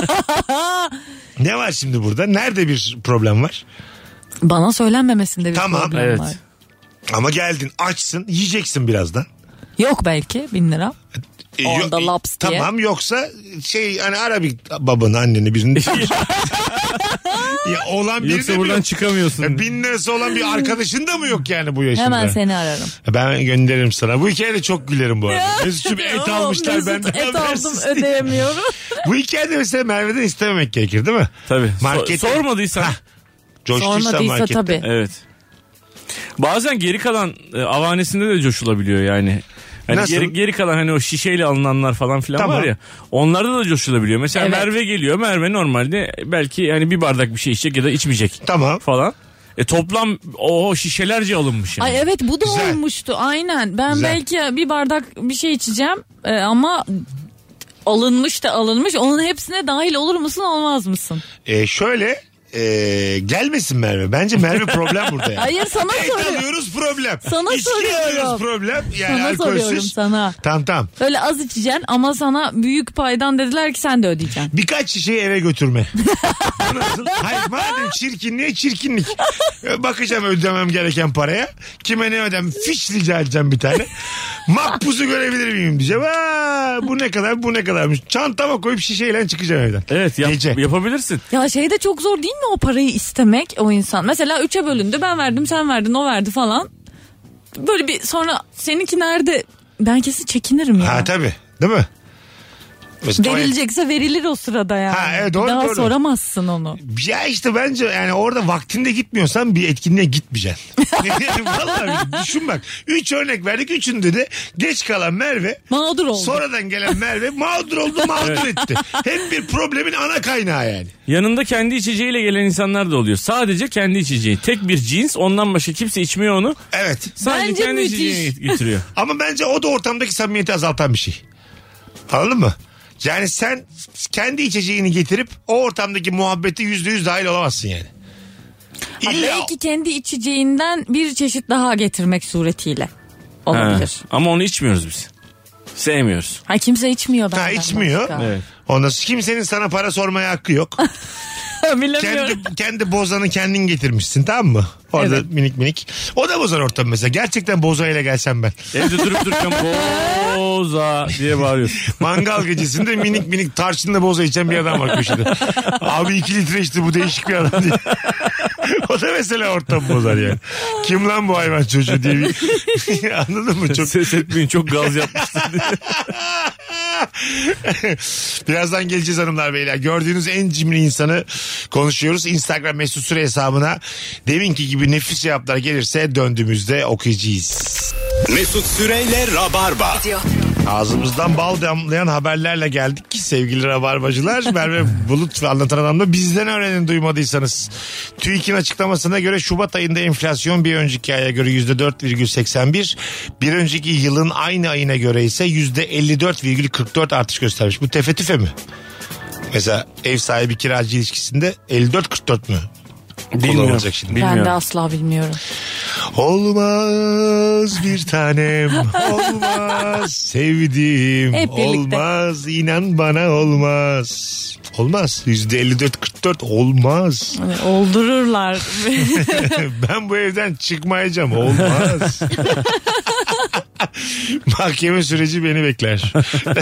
Speaker 3: Ne var şimdi burada? Nerede bir problem var?
Speaker 4: Bana söylenmemesinde bir
Speaker 3: Tamam,
Speaker 4: problem
Speaker 5: evet.
Speaker 4: var.
Speaker 3: Ama geldin açsın yiyeceksin birazdan.
Speaker 4: Yok belki 1000 lira. O anda laps diye.
Speaker 3: Tamam yoksa hani ara bir babanı anneni birini. Ya olan biri
Speaker 5: Yoksa
Speaker 3: de mi
Speaker 5: buradan
Speaker 3: yok?
Speaker 5: çıkamıyorsun.
Speaker 3: Ya 1000 lirası olan bir arkadaşın da mı yok yani bu yaşında?
Speaker 4: Hemen seni ararım.
Speaker 3: Ben gönderirim sana. Bu hikayede çok gülerim bu arada. Mesut'cum et
Speaker 4: Ama
Speaker 3: almışlar
Speaker 4: Mesut,
Speaker 3: benden
Speaker 4: et
Speaker 3: habersiz
Speaker 4: aldım
Speaker 3: diye.
Speaker 4: ödeyemiyorum.
Speaker 3: Bu hikayede mesela Merve'den istememek gerekir değil mi?
Speaker 5: Tabii.
Speaker 3: Markete-
Speaker 5: Sormadıysan.
Speaker 3: Coştuysa
Speaker 4: Sormadıysa
Speaker 3: markette.
Speaker 4: tabii.
Speaker 5: Evet. Bazen geri kalan avanesinde de coşulabiliyor yani. Yani
Speaker 3: Nasıl?
Speaker 5: geri kalan hani o şişeyle alınanlar falan filan
Speaker 3: Tamam.
Speaker 5: var ya. Onlarda da coşulabiliyor. Mesela
Speaker 4: Evet.
Speaker 5: Merve geliyor. Merve normalde belki hani bir bardak bir şey içecek ya da içmeyecek
Speaker 3: Tamam.
Speaker 5: falan. Toplam o şişelerce alınmış yani.
Speaker 4: Ay evet bu da
Speaker 3: Güzel.
Speaker 4: olmuştu aynen. Ben
Speaker 3: Güzel.
Speaker 4: belki bir bardak bir şey içeceğim ama alınmış da alınmış. Onun hepsine dahil olur musun olmaz mısın?
Speaker 3: Şöyle gelmesin Merve. Bence Merve problem burada yani.
Speaker 4: Hayır sana
Speaker 3: Et
Speaker 4: soruyorum.
Speaker 3: alıyoruz problem.
Speaker 4: Sana
Speaker 3: İçki
Speaker 4: soruyorum.
Speaker 3: alıyoruz problem. Yani
Speaker 4: Sana soruyorum
Speaker 3: alkolsüz.
Speaker 4: sana.
Speaker 3: Tamam.
Speaker 4: Böyle az içeceksin ama sana büyük paydan dediler ki sen de ödeyeceksin.
Speaker 3: Birkaç şişeyi eve götürme. Bu nasıl? Hayır madem çirkinliğe çirkinlik. Bakacağım ödemem gereken paraya. Kime ne ödem? Fiş rica edeceğim bir tane. Makbuzu görebilir miyim diyeceğim. Bu ne kadar bu ne kadarmış. Çantama koyup şişeyle çıkacağım evden.
Speaker 5: Evet
Speaker 3: Gece.
Speaker 5: yapabilirsin.
Speaker 4: Ya şey de çok zor değil mi o parayı istemek o insan? Mesela 3'e bölündü ben verdim sen verdin o verdi falan. Böyle bir sonra seninki nerede? Ben kesin çekinirim ya.
Speaker 3: Ha tabii değil mi? Mesela
Speaker 4: Verilecekse verilir o sırada yani.
Speaker 3: Ha, evet, doğru,
Speaker 4: Daha
Speaker 3: doğru.
Speaker 4: soramazsın onu.
Speaker 3: ya işte bence yani orada vaktinde gitmiyorsan bir etkinliğe gitmeyeceksin. Vallahi düşün bak. 3 örnek verdik. Üçünde de geç kalan Merve
Speaker 4: Mağdur oldu.
Speaker 3: sonradan gelen Merve mağdur oldu mağdur etti. Hep bir problemin ana kaynağı yani.
Speaker 5: Yanında kendi içeceğiyle gelen insanlar da oluyor. Sadece kendi içeceği. Tek bir cins, ondan başka kimse içmiyor onu.
Speaker 3: Evet.
Speaker 5: Sadece
Speaker 4: Bence
Speaker 5: kendi
Speaker 4: müthiş.
Speaker 5: içeceğini getiriyor.
Speaker 3: Ama bence o da ortamdaki samimiyeti azaltan bir şey. Anladın mı? Yani sen kendi içeceğini getirip o ortamdaki muhabbeti %100 dahil olamazsın yani.
Speaker 4: Ha,
Speaker 3: İlla
Speaker 4: belki kendi içeceğinden bir çeşit daha getirmek suretiyle olabilir.
Speaker 5: Ha, ama onu içmiyoruz biz. Sevmiyoruz.
Speaker 4: Ha kimse içmiyor benden.
Speaker 3: içmiyor.
Speaker 4: başka.
Speaker 5: Evet.
Speaker 3: ondan sonra kimsenin sana para sormaya hakkı yok.
Speaker 4: Bilemiyorum.
Speaker 3: kendi bozanı kendin getirmişsin tamam mı? Orada
Speaker 4: Evet.
Speaker 3: minik minik. O da bozan ortam mesela. Gerçekten bozayla gelsem ben.
Speaker 5: Evde durup dururken boza diye bağırıyorsun.
Speaker 3: Mangal gecesinde minik minik tarçınla boza içen bir adam var köşede. Abi 2 litre içti bu değişik bir adam diye. O da mesela ortam bozar yani. Kim lan bu hayvan çocuğu diye bir... Anladın mı? Çok...
Speaker 5: Ses etmeyin çok gaz yapmışsın diye.
Speaker 3: Birazdan geleceğiz hanımlar beyler. Gördüğünüz en cimri insanı konuşuyoruz. Instagram mesut süre hesabına deminki gibi nefis cevaplar gelirse döndüğümüzde okuyacağız.
Speaker 2: Mesut Süreyle Rabarba.
Speaker 3: Ağzımızdan bal damlayan haberlerle geldik ki sevgili rabarbacılar. Merve Bulut ve Anlatan Adam'da bizden öğrenin duymadıysanız. TÜİK'in açıklamasına göre Şubat ayında enflasyon bir önceki aya göre %4,81. Bir önceki yılın aynı ayına göre ise %54,44 artış göstermiş. Bu tefe tüfe mi? Mesela ev sahibi kiracı ilişkisinde 54-44 mü? Kullanılacak şimdi.
Speaker 4: Ben de
Speaker 5: Bilmiyorum.
Speaker 4: asla bilmiyorum.
Speaker 3: Olmaz bir tanem, olmaz sevdiğim,
Speaker 4: Hep birlikte.
Speaker 3: olmaz inan bana olmaz. Olmaz. %54-44 olmaz.
Speaker 4: Hani oldururlar.
Speaker 3: Ben bu evden çıkmayacağım. Olmaz. Mahkeme süreci beni bekler.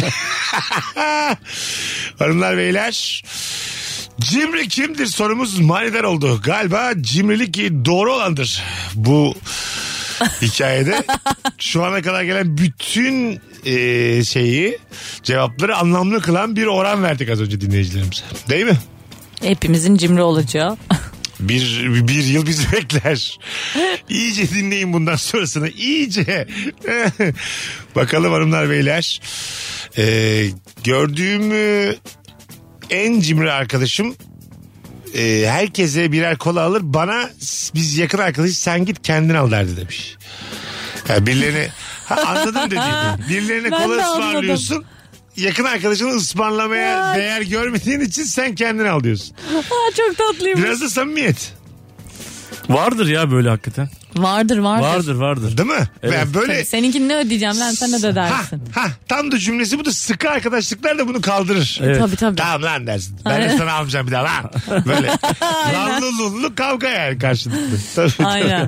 Speaker 3: Hanımlar beyler. Cimri kimdir sorumuz manidar oldu. Galiba cimrilik doğru olandır. Bu hikayede şu ana kadar gelen bütün cevapları anlamlı kılan bir oran verdik az önce dinleyicilerimize. Değil mi?
Speaker 4: Hepimizin cimri olacağı.
Speaker 3: Bir yıl bizi bekler. İyice dinleyin bundan sonrasını. İyice. Bakalım hanımlar beyler. Gördüğüm en cimri arkadaşım herkese birer kola alır. Bana biz yakın arkadaşız sen git kendin al derdi demiş. Yani birilerine anladım dediğini. Birilerine
Speaker 4: Ben
Speaker 3: kola
Speaker 4: de
Speaker 3: ısmarlıyorsun. Yakın arkadaşını ısmarlamaya değer görmediğin için sen kendin al diyorsun.
Speaker 4: Aa, çok tatlıymış.
Speaker 3: Biraz da samimiyet.
Speaker 5: Vardır ya böyle hakikaten.
Speaker 4: Vardır.
Speaker 5: Vardır.
Speaker 3: Değil mi?
Speaker 5: Evet.
Speaker 3: Ben böyle
Speaker 4: Seninkini ne ödeyeceğim lan, sen de ödersin.
Speaker 3: tam da cümlesi bu da, sıkı arkadaşlıklar da bunu kaldırır.
Speaker 5: Evet.
Speaker 4: Tabii.
Speaker 3: Tamam lan dersin. Ben de sana almayacağım bir daha lan. Böyle lanlı lunlu kavga yani karşılıklı. Tabii.
Speaker 4: Aynen.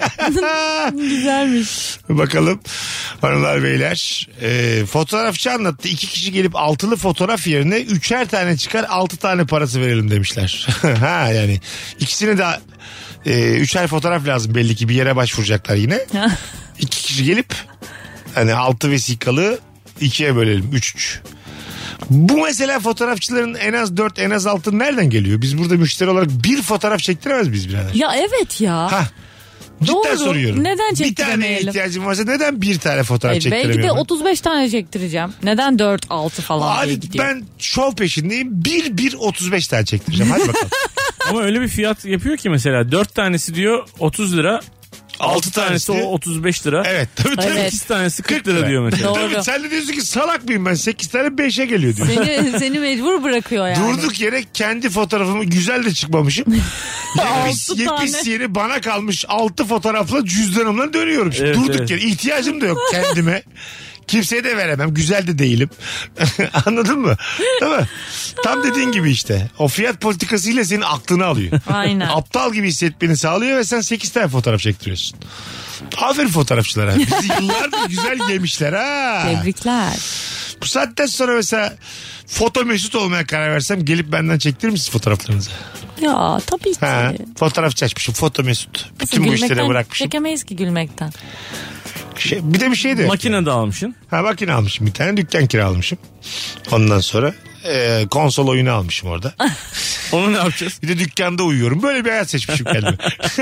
Speaker 4: Güzelmiş.
Speaker 3: Bakalım hanımlar beyler. Fotoğrafçı anlattı. 2 kişi gelip altılı fotoğraf yerine 3'er tane çıkar 6 tane parası verelim demişler. Yani ikisini de 3'er fotoğraf lazım belli ki, bir yere başvuracaklar yine. 2 kişi gelip hani 6 vesikalı 2'ye bölelim 3. Bu mesela fotoğrafçıların en az 4 en az 6 nereden geliyor? Biz burada müşteri olarak bir fotoğraf çektiremez miyiz birader?
Speaker 4: Ya evet ya.
Speaker 3: Cidden
Speaker 4: Doğru.
Speaker 3: soruyorum.
Speaker 4: Neden
Speaker 3: bir tane
Speaker 4: çektiremeyelim?
Speaker 3: ihtiyacım varsa neden bir tane fotoğraf çektiremiyorum?
Speaker 4: Belki de 35 tane çektireceğim. Neden 4-6 falan diye
Speaker 3: Hadi
Speaker 4: gidiyor.
Speaker 3: ben şov peşindeyim. 35 tane çektireceğim. Hadi bakalım.
Speaker 5: Ama öyle bir fiyat yapıyor ki mesela 4 tanesi diyor 30 lira. 6 tanesi o 35 lira.
Speaker 3: Evet. Tabii.
Speaker 4: Evet.
Speaker 5: 8 tanesi 40 lira diyor mesela.
Speaker 4: Doğru.
Speaker 3: Tabii, sen de diyorsun ki salak mıyım ben? 8 tane 5'e geliyor diyor.
Speaker 4: Seni mecbur bırakıyor yani.
Speaker 3: Durduk yere kendi fotoğrafımı güzel de çıkmamışım. Yepis yeni bana kalmış 6 fotoğrafla cüzdanımla dönüyorum.
Speaker 5: Evet,
Speaker 3: Durduk yere ihtiyacım da yok kendime. Kimseye de veremem. Güzel de değilim. Anladın mı? Değil mi? Tam dediğin gibi işte. O fiyat politikasıyla senin aklını alıyor.
Speaker 4: Aynen.
Speaker 3: Aptal gibi hissetmeni sağlıyor ve sen 8 tane fotoğraf çektiriyorsun. Aferin fotoğrafçılara. Bizi yıllardır güzel yemişler ha.
Speaker 4: Tebrikler.
Speaker 3: Bu saatten sonra mesela foto mesut olmaya karar versem gelip benden çektirir misiniz fotoğraflarınızı?
Speaker 4: Ya tabii ki.
Speaker 3: Ha, fotoğrafçı açmışım, foto mesut. Bütün bu işlere bırakmışım.
Speaker 4: Çekemeyiz ki gülmekten.
Speaker 3: Bir de bir şey de yok.
Speaker 5: Makine de almışsın.
Speaker 3: Makine almışım bir tane, dükkan kiralamışım. Ondan sonra konsol oyunu almışım orada.
Speaker 5: Onu ne yapacağız?
Speaker 3: Bir de dükkanda uyuyorum. Böyle bir hayat seçmişim kendime.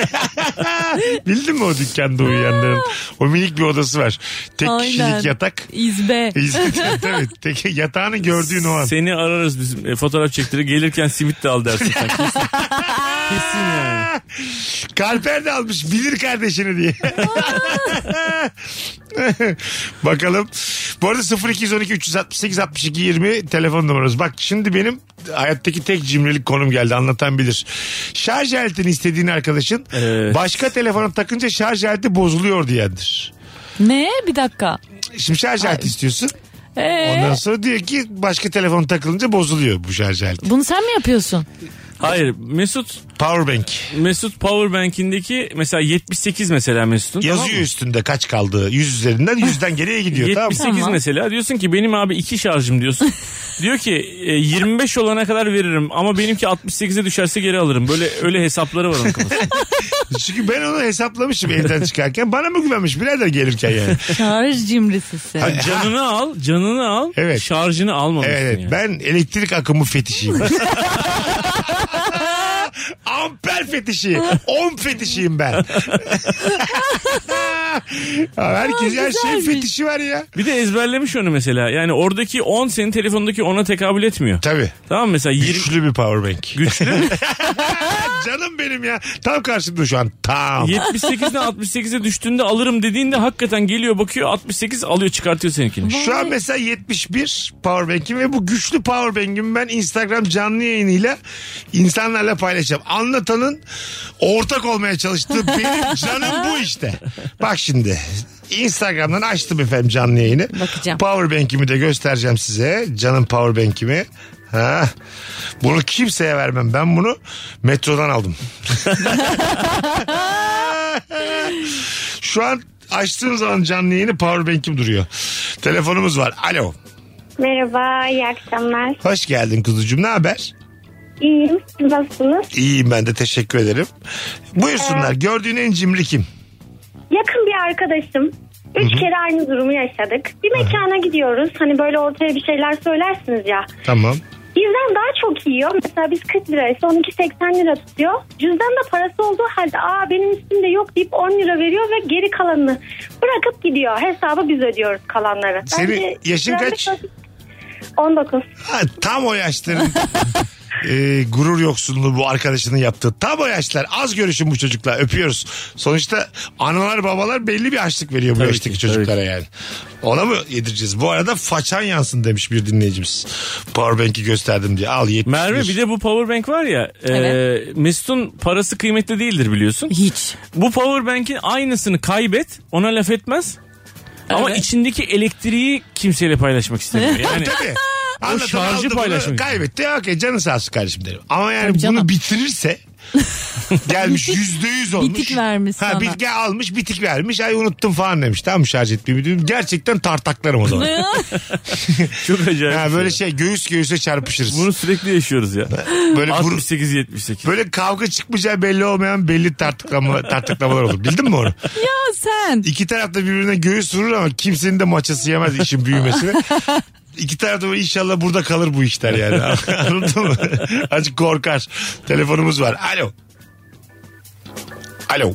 Speaker 3: Bildin mi o dükkanda uyuyanların? O minik bir odası var. Tek kişilik yatak.
Speaker 4: İzbe.
Speaker 3: Tabii. Yatağını gördüğün o an.
Speaker 5: Seni ararız biz fotoğraf çektirir. Gelirken simit de al dersin sen. Kesin yani.
Speaker 3: Kalper de almış bilir kardeşini diye. Bakalım. Bu arada 0212 368 62 20 telefon numaramız. Bak şimdi benim hayattaki tek cimrilik konum geldi, anlatan bilir. Şarj aletini istediğin arkadaşın başka telefona takınca şarj aleti bozuluyor diyendir.
Speaker 4: Ne? Bir dakika.
Speaker 3: Şimdi şarj aleti istiyorsun. Ondan sonra diyor ki başka telefon takılınca bozuluyor bu şarj aleti.
Speaker 4: Bunu sen mi yapıyorsun?
Speaker 5: Hayır Mesut Powerbank'indeki mesela 78 mesela Mesut'un.
Speaker 3: Yazıyor
Speaker 5: tamam
Speaker 3: üstünde kaç kaldığı. 100 üzerinden 100'den geriye gidiyor.
Speaker 5: 78
Speaker 3: tamam.
Speaker 5: mesela diyorsun ki benim abi 2 şarjım diyorsun. Diyor ki 25 olana kadar veririm ama benimki 68'e düşerse geri alırım. Böyle öyle hesapları var onun kafasında.
Speaker 3: Çünkü ben onu hesaplamışım evden çıkarken. Bana mı güvenmiş birader gelirken yani.
Speaker 4: Şarj cimrisisin.
Speaker 5: Canını al.
Speaker 3: Evet.
Speaker 5: Şarjını almamışsın
Speaker 3: evet,
Speaker 5: yani.
Speaker 3: Ben elektrik akımı fetişiyim. Amper fetişi. Ohm fetişiyim ben. Herkes her şey fetişi var ya.
Speaker 5: Bir de ezberlemiş onu mesela. Yani oradaki 10 senin telefonundaki 10'a tekabül etmiyor.
Speaker 3: Tabii.
Speaker 5: Tamam mesela 20...
Speaker 3: Güçlü bir powerbank.
Speaker 5: Güçlü.
Speaker 3: Canım benim ya. Tam karşımda şu an. Tam.
Speaker 5: 78'den 68'e düştüğünde alırım dediğinde hakikaten geliyor bakıyor 68 alıyor çıkartıyor seninkini.
Speaker 3: Şu an mesela 71 powerbank'im ve bu güçlü powerbank'imi ben Instagram canlı yayınıyla insanlarla paylaşacağım. Anlatanın ortak olmaya çalıştığı benim canım bu işte. Bak şimdi Instagram'dan açtım efendim canlı yayını.
Speaker 4: Bakacağım.
Speaker 3: Powerbank'imi de göstereceğim size. Canım powerbank'imi. Ha. Bunu kimseye vermem. Ben bunu metrodan aldım. Şu an açtığım zaman canlı yayını powerbank'im duruyor. Telefonumuz var. Alo.
Speaker 11: Merhaba, iyi akşamlar.
Speaker 3: Hoş geldin kuzucuğum. Ne haber?
Speaker 11: İyiyim, siz nasılsınız?
Speaker 3: İyiyim ben de, teşekkür ederim. Buyursunlar. Gördüğün en cimri kim?
Speaker 11: Yakın bir arkadaşım. 3 kere aynı durumu yaşadık. Bir mekana gidiyoruz. Hani böyle ortaya bir şeyler söylersiniz ya.
Speaker 3: Tamam.
Speaker 11: Bizden daha çok yiyor. Mesela biz 40 liraysa onunki 80 lira tutuyor. Cüzdanda parası olduğu halde benim üstümde yok deyip 10 lira veriyor ve geri kalanını bırakıp gidiyor. Hesabı biz ödüyoruz kalanları.
Speaker 3: Senin yaşın kaç?
Speaker 11: 19.
Speaker 3: Ha, tam o yaşların gurur yoksunluğu bu arkadaşının yaptığı. Tam o yaşlar. Az görüşün bu çocukla. Öpüyoruz. Sonuçta analar babalar belli bir açlık veriyor bu
Speaker 5: Tabii
Speaker 3: yaştaki
Speaker 5: ki,
Speaker 3: çocuklara yani. Ona mı yedireceğiz? Bu arada façan yansın demiş bir dinleyicimiz. Powerbank'i gösterdim diye. Al 71.
Speaker 5: Merve bir de bu powerbank var ya.
Speaker 4: Evet.
Speaker 5: Mesut'un parası kıymetli değildir biliyorsun.
Speaker 4: Hiç.
Speaker 5: Bu powerbank'in aynısını kaybet. Ona laf etmez. Ama
Speaker 4: Evet.
Speaker 5: içindeki elektriği kimseyle paylaşmak istemiyor. Yani
Speaker 3: Tabii.
Speaker 5: o
Speaker 3: Anlatan
Speaker 5: şarjı
Speaker 3: aldı bunu,
Speaker 5: paylaşmak.
Speaker 3: kaybetti. Okey canı sağ olsun kardeşim derim. Ama yani
Speaker 4: Tabii canım.
Speaker 3: bunu bitirirse gelmiş %100 olmuş.
Speaker 4: Bitik vermiş sana.
Speaker 3: Almış bitik vermiş. Ay unuttum falan demiş. Tamam şarj etmeyi diyorum. Gerçekten tartaklarım o zaman.
Speaker 5: Çok acayip.
Speaker 3: Ha,
Speaker 5: bir
Speaker 3: böyle
Speaker 5: şey.
Speaker 3: göğüs göğüse çarpışırız.
Speaker 5: Bunu sürekli yaşıyoruz ya.
Speaker 3: Böyle
Speaker 5: 68-78.
Speaker 3: böyle kavga çıkmayacağı belli olmayan belli tartıklamalar olur. Bildin mi onu?
Speaker 4: Ya sen.
Speaker 3: İki tarafta birbirine göğüs vurur ama kimsenin de maçası yemez işin büyümesine. İki tarafta böyle inşallah burada kalır bu işler yani. Anladın mı? Azıcık korkar. Telefonumuz var. Alo. Alo.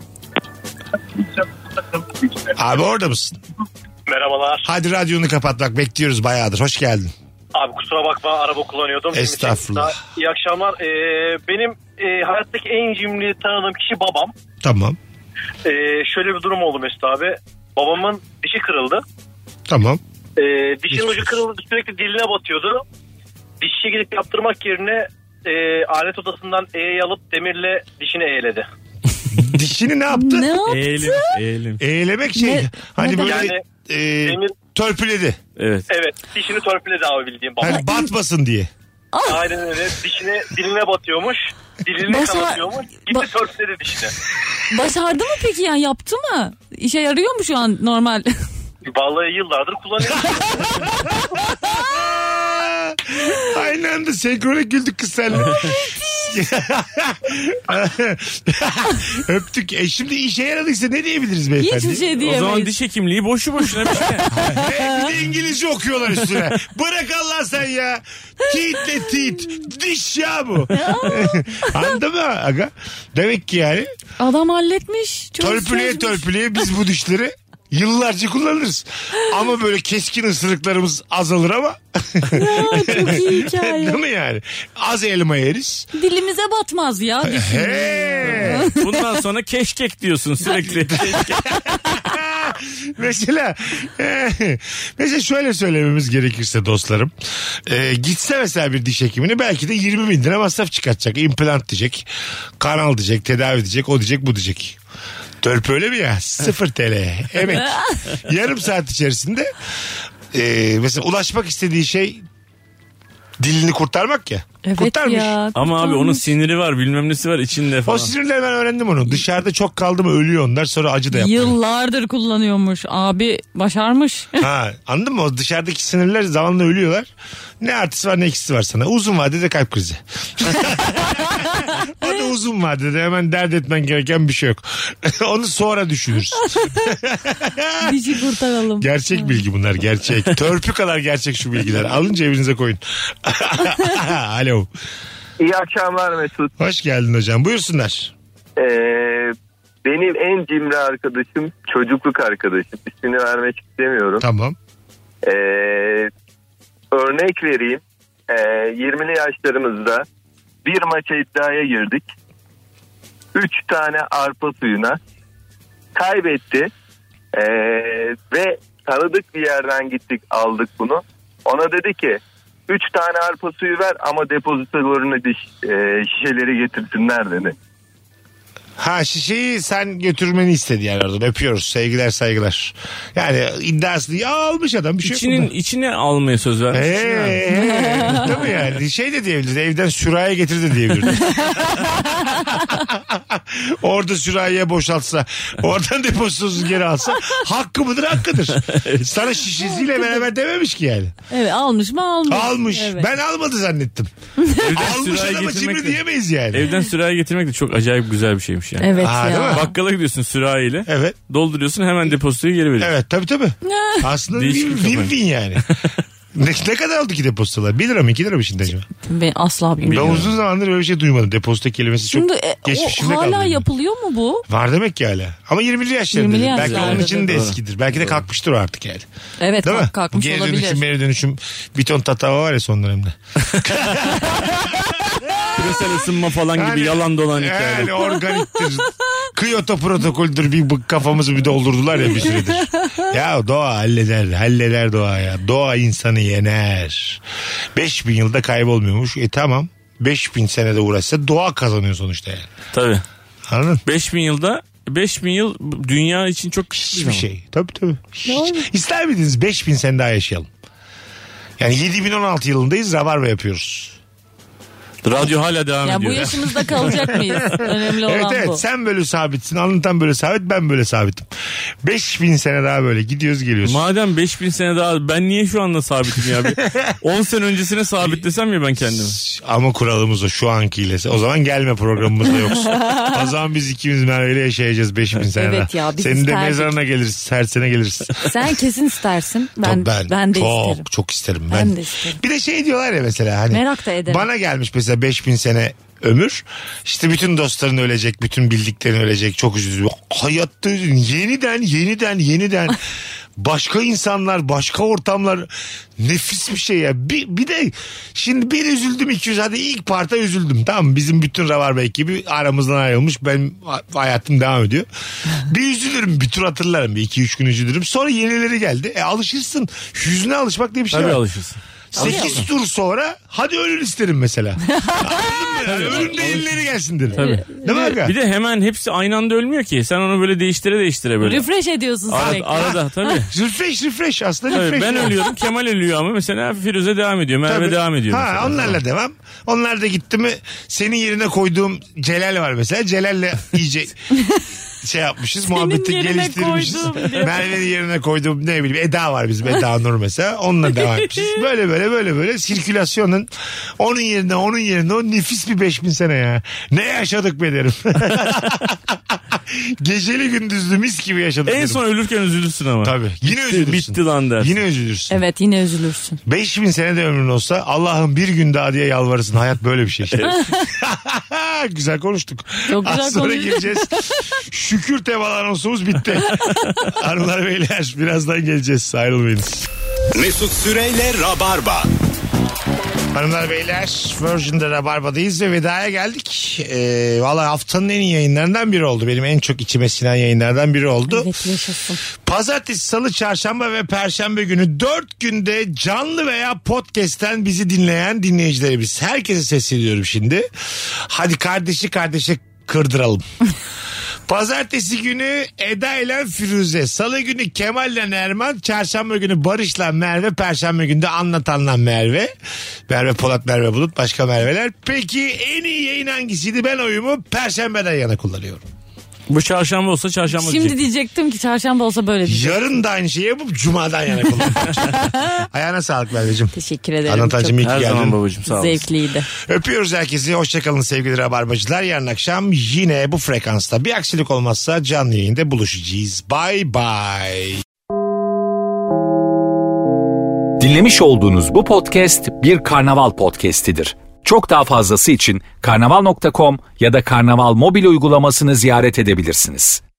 Speaker 3: Abi orada mısın?
Speaker 12: Merhabalar.
Speaker 3: Hadi radyonu kapat bak bekliyoruz bayağıdır. Hoş geldin.
Speaker 12: Abi kusura bakma araba kullanıyordum.
Speaker 3: Estağfurullah.
Speaker 12: İyi akşamlar. Benim hayattaki en cimri tanıdığım kişi babam.
Speaker 3: Tamam.
Speaker 12: Şöyle bir durum oldu Mesut abi. Babamın dişi kırıldı.
Speaker 3: Tamam.
Speaker 12: Dişinin ucu kırıldı, sürekli diline batıyordu. Dişçiye gidip yaptırmak yerine alet odasından eğeyi alıp demirle dişini eğeledi.
Speaker 3: Dişini ne yaptı?
Speaker 4: Ne yaptı?
Speaker 5: Eğilim.
Speaker 3: Eğlemek şey. Hani
Speaker 4: neden?
Speaker 3: böyle
Speaker 12: Yani demir,
Speaker 3: törpüledi.
Speaker 5: Evet.
Speaker 12: evet, dişini törpüledi abi bildiğim babam.
Speaker 3: Hani batmasın diye.
Speaker 12: Aynen öyle. Dişine diline batıyormuş. Dilini kanatıyormuş. Gitti törpüledi dişini.
Speaker 4: Başardı mı peki yani yaptı mı? İşe yarıyor mu şu an normal?
Speaker 12: Vallahi yıllardır kullanıyorum.
Speaker 3: Aynı anda senkronik güldük kız senle. Öptük. Şimdi işe yaradıysa ne diyebiliriz beyefendi?
Speaker 4: Hiçbir şey
Speaker 5: O zaman
Speaker 4: diyemeyiz.
Speaker 5: diş hekimliği boşu boşuna bir şey.
Speaker 3: Bir de İngilizce okuyorlar üstüne. Bırak Allah sen ya. Teetle teet. Diş ya bu. Anladın mı aga? Demek ki yani
Speaker 4: Adam halletmiş.
Speaker 3: törpüleye biz bu dişleri yıllarca kullanırız. Ama böyle keskin ısırıklarımız azalır ama.
Speaker 4: Çok iyi hikaye.
Speaker 3: Değil mi yani? Az elma yeriz.
Speaker 4: Dilimize batmaz ya.
Speaker 3: He.
Speaker 5: Bundan sonra keşkek diyorsun sürekli.
Speaker 3: Mesela şöyle söylememiz gerekirse dostlarım. Gitse mesela bir diş hekimine belki de 20 bin lira masraf çıkartacak. İmplant diyecek. Kanal diyecek. Tedavi diyecek. O diyecek. Bu diyecek. Törpü öyle mi ya? 0 TL. Evet. Yarım saat içerisinde mesela ulaşmak istediği şey dilini kurtarmak ya.
Speaker 4: Evet
Speaker 3: Kurtarmış.
Speaker 4: ya.
Speaker 5: Ama abi onun siniri var bilmem nesi var içinde
Speaker 3: O
Speaker 5: falan.
Speaker 3: sinirleri ben öğrendim onu. Dışarıda çok kaldı mı ölüyor onlar sonra acı da yapıyor.
Speaker 4: Yıllardır kullanıyormuş. Abi başarmış.
Speaker 3: Ha, anladın mı? O dışarıdaki sinirler zamanla ölüyorlar. Ne artısı var ne eksisi var sana. Uzun vadede kalp krizi. O da uzun vadede hemen dert etmen gereken bir şey yok. Onu sonra düşünürüz.
Speaker 4: Dişi kurtaralım.
Speaker 3: Gerçek bilgi bunlar gerçek. Törpü kadar gerçek şu bilgiler. Alınca evinize koyun. Alo.
Speaker 13: İyi akşamlar Mesut.
Speaker 3: Hoş geldin hocam. Buyursunlar.
Speaker 13: Benim en cimri arkadaşım çocukluk arkadaşım. İsmini vermek istemiyorum.
Speaker 3: Tamam.
Speaker 13: Örnek vereyim. 20'li yaşlarımızda bir maça iddiaya girdik. 3 tane arpa suyuna kaybetti. Ve tanıdık bir yerden gittik aldık bunu. Ona dedi ki 3 tane arpa suyu ver ama depozitolarını şişeleri getirsinler dedi.
Speaker 3: Ha şişeyi sen götürmeni istedi yani oradan. Öpüyoruz. Sevgiler saygılar. Yani iddiasını ya almış adam bir şey yok.
Speaker 5: İçine almaya söz vermiş.
Speaker 3: Değil mi yani? Şey de diyebilirdi. Evden sürahiye getir de diyebilirdi. Orada sürahiye boşaltsa oradan depozitosunu geri alsa hakkı mıdır hakkıdır. Sana şişesiyle beraber dememiş ki yani.
Speaker 4: Evet almış mı almış.
Speaker 3: Almış.
Speaker 4: Evet.
Speaker 3: Ben almadı zannettim. Almış adama cimri diyemeyiz yani.
Speaker 5: Evden sürahi getirmek de çok acayip güzel bir şeymiş yani.
Speaker 4: Evet
Speaker 3: Ha, değil
Speaker 4: ya.
Speaker 3: mi?
Speaker 5: Bakkala gidiyorsun sürahiyle.
Speaker 3: Evet.
Speaker 5: Dolduruyorsun hemen depozitoyu geri veriyorsun.
Speaker 3: Evet tabii. Aslında
Speaker 5: Değişik bir kafa.
Speaker 3: win yani. ne kadar oldu ki depozitolar? 1 lira mı 2 lira mı şimdi acaba?
Speaker 4: Ben asla bilmiyorum.
Speaker 3: Ben uzun zamandır böyle bir şey duymadım. Depozito kelimesi çok
Speaker 4: Şimdi
Speaker 3: geçmişimde
Speaker 4: o
Speaker 3: kaldı.
Speaker 4: hala
Speaker 3: benim.
Speaker 4: yapılıyor mu bu?
Speaker 3: Var demek ki hala. Ama 20'li yaşlarında.
Speaker 4: 20'li
Speaker 3: Belki onun
Speaker 4: yaşlarda
Speaker 3: için de
Speaker 4: doğru.
Speaker 3: eskidir. Belki de kalkmıştır o artık yani.
Speaker 4: Evet
Speaker 3: Değil mi?
Speaker 4: kalkmış
Speaker 3: Geri
Speaker 4: olabilir.
Speaker 3: dönüşüm, geri dönüşüm. Bir ton tatava var ya son dönemde.
Speaker 5: küresel ısınma falan gibi yalan dolan hikayeler.
Speaker 3: Yani organiktir. Kyoto protokoldür, bir kafamızı bir doldurdular ya bir süredir. Ya doğa halleder doğa ya. Doğa insanı yener. 5000 yılda kaybolmuyormuş. Tamam. 5000 senede uğraşsa doğa kazanıyor sonuçta yani.
Speaker 5: Tabii.
Speaker 3: Anladın?
Speaker 5: 5000 yıl dünya için çok
Speaker 3: hiçbir şey. Tabii. İster miydiniz 5000 sene daha yaşayalım? Yani 7016 yılındayız, Rabarba yapıyoruz.
Speaker 5: Radyo hala devam ediyor.
Speaker 4: Bu yaşımızda kalacak mıyız? Önemli olan
Speaker 3: evet,
Speaker 4: bu.
Speaker 3: sen böyle sabitsin, anlatan böyle sabit, ben böyle sabitim. 5000 sene daha böyle gidiyoruz geliyoruz.
Speaker 5: Madem 5000 sene daha, ben niye şu anda sabitim ya? 10 sene öncesine sabitlesem ya ben kendimi.
Speaker 3: Ama kuralımız o şu ankiyle. O zaman gelme, programımızda yoksun. O zaman biz ikimiz Merve'yle yaşayacağız 5000 sene daha.
Speaker 4: Evet ya, biz
Speaker 3: senin
Speaker 4: isterdik.
Speaker 3: de mezarına geliriz, her sene geliriz.
Speaker 4: Sen kesin istersin. Ben de isterim.
Speaker 3: Çok isterim.
Speaker 4: Ben de isterim.
Speaker 3: Bir de şey diyorlar ya mesela, hani
Speaker 4: merak da ederim.
Speaker 3: Bana gelmiş mesela 5000 sene ömür. İşte bütün dostların ölecek, bütün bildiklerin ölecek. Çok üzücü. Hayatta yeniden. Başka insanlar, başka ortamlar, nefis bir şey ya. Bir de şimdi bir üzüldüm 200, hadi ilk parta üzüldüm, tamam mı? Bizim bütün Rabarba ekibi aramızdan ayrılmış, benim hayatım devam ediyor. Bir üzülürüm, bir tur hatırlarım, bir 2-3 gün üzülürüm, sonra yenileri geldi. Alışırsın, hüzüne alışmak diye bir şey
Speaker 5: Tabii
Speaker 3: var.
Speaker 5: alışırsın.
Speaker 3: 8 tur sonra hadi ölür isterim mesela. Yani ölüm de yenileri gelsin derim.
Speaker 5: Tabii.
Speaker 3: Değil mi aga?
Speaker 5: Bir de hemen hepsi aynı anda ölmüyor ki. Sen onu böyle değiştire böyle.
Speaker 4: Refresh ediyorsun sürekli.
Speaker 5: Arada tabii.
Speaker 3: Refresh aslında refresh.
Speaker 5: Ben ölüyorum, Kemal ölüyor ama mesela Firuze devam ediyor, Merve devam ediyor.
Speaker 3: Ha, onlarla devam. Onlar da gitti mi, senin yerine koyduğum Celal var mesela. Celal'le iyice şey yapmışız, muhabbeti geliştirmişiz. Merve'nin yerine koyduğum ne bileyim Eda var bizim, Eda Nur mesela. Onunla devam etmişiz. Böyle sirkülasyonun onun yerine o nefis bir 5000 sene ya. Ne yaşadık be derim. Geceli gündüzlü mis gibi yaşadık
Speaker 5: en
Speaker 3: derim.
Speaker 5: son ölürken üzülürsün ama.
Speaker 3: Tabii. Yine üzülürsün.
Speaker 5: Bitti lan dersin.
Speaker 3: Yine üzülürsün.
Speaker 4: Evet, yine üzülürsün.
Speaker 3: 5000 sene de ömrün olsa Allah'ım bir gün daha diye yalvarırsın. Hayat böyle bir şey. Güzel konuştuk.
Speaker 4: Çok güzel
Speaker 3: az sonra
Speaker 4: konuştuk.
Speaker 3: geleceğiz. Şükür Teval anonsumuz bitti. Hanımlar beyler, birazdan geleceğiz. Ayrılmayınız.
Speaker 2: Mesut Süreyle Rabarba.
Speaker 3: Hanımlar beyler, Virgin'de Rabarba'dayız ve vedaya geldik. Vallahi haftanın en iyi yayınlarından biri oldu. Benim en çok içime sinen yayınlardan biri oldu.
Speaker 4: Evet, yaşasın.
Speaker 3: Pazartesi, salı, çarşamba ve perşembe günü 4 günde canlı veya podcast'ten bizi dinleyen dinleyicilerimiz. Herkese sesleniyorum şimdi. Hadi kardeşe kırdıralım. Pazartesi günü Eda ile Firuze, salı günü Kemal ile Nerman, çarşamba günü Barış'la Merve, perşembe günü de Anlatan'la Merve. Merve Polat, Merve Bulut, başka Merve'ler. Peki en iyi yayın hangisiydi? Ben oyumu perşembeden yana kullanıyorum.
Speaker 5: Bu çarşamba olsa çarşamba
Speaker 4: Şimdi diyecektim ki çarşamba olsa böyle diyecektim.
Speaker 3: Yarın da aynı şeyi yapıp cumadan yana kullanacağım. Ayağına sağlık Merveciğim.
Speaker 4: Teşekkür ederim.
Speaker 3: Anlatacağım, iyi ki
Speaker 5: her
Speaker 3: geldin.
Speaker 5: zaman babacığım, sağ olasın.
Speaker 4: Zevkliydi.
Speaker 3: Öpüyoruz herkesi. Hoşçakalın sevgili Rabarbacılar. Yarın akşam yine bu frekansta bir aksilik olmazsa canlı yayında buluşacağız. Bye bye.
Speaker 1: Dinlemiş olduğunuz bu podcast bir karnaval podcastidir. Çok daha fazlası için karnaval.com ya da karnaval mobil uygulamasını ziyaret edebilirsiniz.